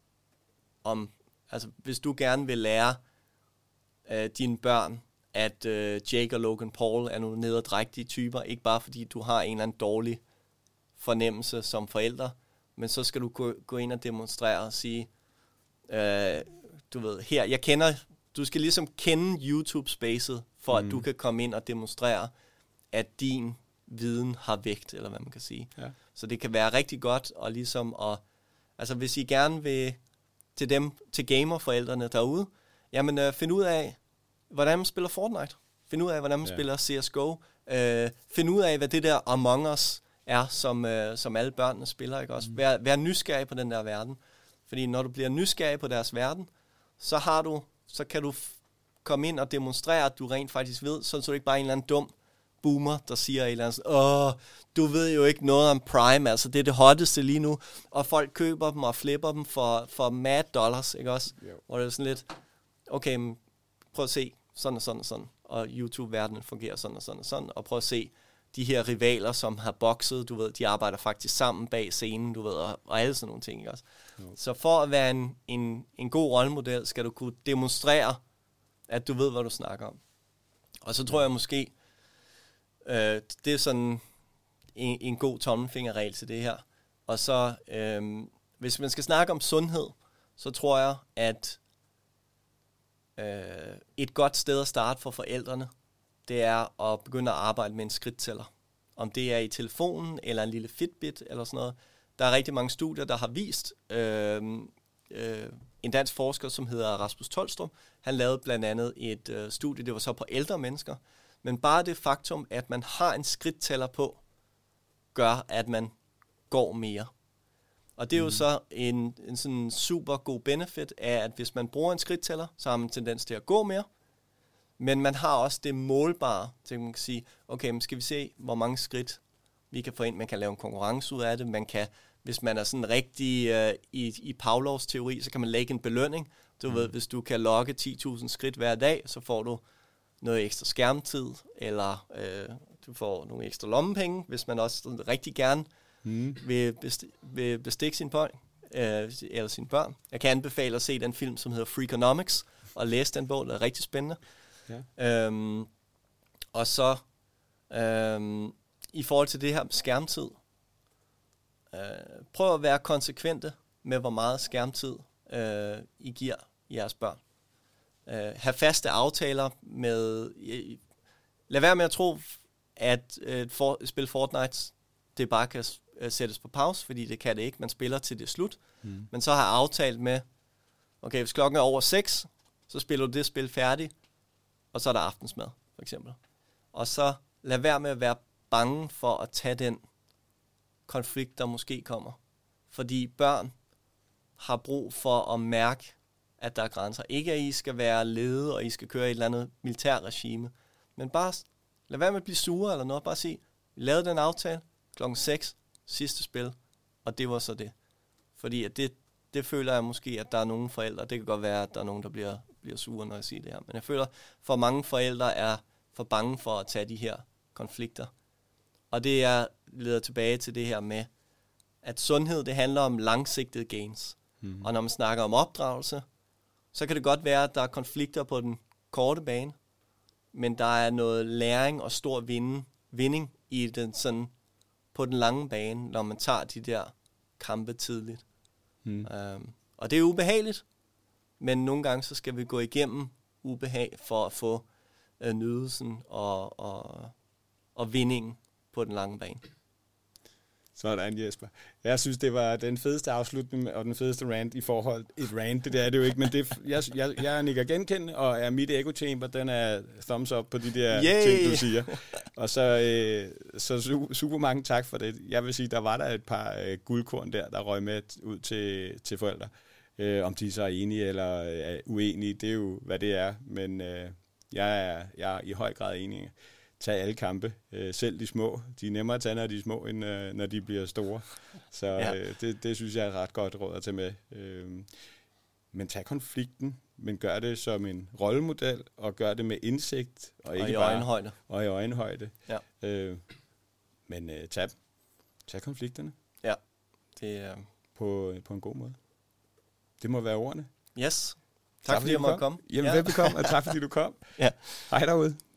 om, altså hvis du gerne vil lære uh, dine børn, at øh, Jake og Logan Paul er nogle nederdrægtige typer, ikke bare fordi du har en eller anden dårlig fornemmelse som forælder, men så skal du gå, gå ind og demonstrere og sige, øh, du ved, her, jeg kender, du skal ligesom kende YouTube-spacet, for mm. at du kan komme ind og demonstrere, at din viden har vægt, eller hvad man kan sige. Ja. Så det kan være rigtig godt, og ligesom at, altså hvis I gerne vil, til dem, til gamerforældrene derude, jamen øh, find ud af, hvordan man spiller Fortnite. Find ud af, hvordan man ja. spiller C S G O. Øh, find ud af, hvad det der Among Us er, som, øh, som alle børnene spiller. Ikke også? Mm. Vær, vær nysgerrig på den der verden. Fordi når du bliver nysgerrig på deres verden, så har du, så kan du f- komme ind og demonstrere, at du rent faktisk ved, sådan så du ikke bare er en eller anden dum boomer, der siger et eller andet, åh, du ved jo ikke noget om Prime, altså det er det hotteste lige nu, og folk køber dem og flipper dem for, for mad dollars, ikke også? Jo. Hvor det er sådan lidt, okay, men prøv at se, sådan og sådan og sådan, og YouTube-verdenen fungerer sådan og sådan og sådan, og prøv at se de her rivaler, som har bokset, du ved, de arbejder faktisk sammen bag scenen, du ved, og, og alle sådan nogle ting, ikke også? Jo. Så for at være en, en, en god rollemodel, skal du kunne demonstrere, at du ved, hvad du snakker om. Og så tror jeg måske, øh, det er sådan en, en god tommelfingerregel til det her. Og så, øh, hvis man skal snakke om sundhed, så tror jeg, at øh, et godt sted at starte for forældrene, det er at begynde at arbejde med en skridttæller. Om det er i telefonen, eller en lille Fitbit, eller sådan noget. Der er rigtig mange studier, der har vist, øh, øh, en dansk forsker, som hedder Rasmus Tolstrup, han lavede blandt andet et øh, studie, det var så på ældre mennesker, men bare det faktum, at man har en skridttæller på, gør, at man går mere. Og det er jo mm. så en, en sådan super god benefit af, at hvis man bruger en skridttæller, så har man tendens til at gå mere, men man har også det målbare, til man kan sige, okay, men skal vi se, hvor mange skridt vi kan få ind. Man kan lave en konkurrence ud af det. Man kan, hvis man er sådan rigtig øh, i, i Pavlovs teori, så kan man lægge en belønning. Du mm. ved, hvis du kan logge ti tusind skridt hver dag, så får du noget ekstra skærmtid, eller øh, du får nogle ekstra lommepenge, hvis man også rigtig gerne mm. vil, besti- vil bestikke sin børn, øh, eller sine børn. Jeg kan anbefale at se den film, som hedder Freakonomics, og læse den bog, der er rigtig spændende. Ja. Øhm, og så øhm, i forhold til det her skærmtid, øh, prøv at være konsekvente med, hvor meget skærmtid øh, I giver jeres børn. Øh, have faste aftaler med... Øh, lad være med at tro, at øh, for, spil Fortnite, det bare kan øh, sættes på pause, fordi det kan det ikke. Man spiller til det er slut. Mm. Men så har jeg aftalt med, okay, hvis klokken er over seks, så spiller du det spil færdigt, og så er der aftensmad, for eksempel. Og så lad være med at være bange for at tage den konflikt, der måske kommer. Fordi børn har brug for at mærke, at der er grænser. Ikke at I skal være ledet, og I skal køre et eller andet militærregime, men bare lad være med at blive sure eller noget. Bare sige, vi lavede den aftale klokken seks, sidste spil, og det var så det. Fordi at det, det føler jeg måske, at der er nogle forældre, det kan godt være, at der er nogen, der bliver, bliver sure, når jeg siger det her, men jeg føler, for mange forældre er for bange for at tage de her konflikter. Og det er leder tilbage til det her med, at sundhed, det handler om langsigtede gains. Mm. Og når man snakker om opdragelse, så kan det godt være, at der er konflikter på den korte bane, men der er noget læring og stor vinde, vinding i den sådan på den lange bane, når man tager de der kampe tidligt. Mm. Um, og det er ubehageligt, men nogle gange så skal vi gå igennem ubehag for at få uh, nydelsen og, og, og vindingen på den lange bane. Sådan, Jesper. Jeg synes, det var den fedeste afslutning og den fedeste rant i forhold. Et rant, det der er det jo ikke, men det, jeg, jeg, jeg nikker genkendende, og er mit echo chamber, den er thumbs up på de der Yay! ting, du siger. Og så, øh, så su- super mange tak for det. Jeg vil sige, der var der et par øh, guldkorn der, der røg med ud til, til forældre. Øh, om de så er enige eller er uenige, det er jo, hvad det er. Men øh, jeg, er, jeg er i høj grad enig. Tag alle kampe, øh, selv de små. De er nemmere at tage, når de er små, end øh, når de bliver store. Så ja. øh, det, det synes jeg er et ret godt råd at tage med. Øh, men tag konflikten, men gør det som en rollemodel, og gør det med indsigt. Og, ikke og i bare, øjenhøjde. Og i øjenhøjde. Ja. Øh, men øh, tag, tag konflikterne. Ja. Det er... På, på en god måde. Det må være ordene. Yes. Tak, tak fordi jeg måtte komme. Jamen, ja. velbekomme, og tak fordi du kom. Ja. Hej derude.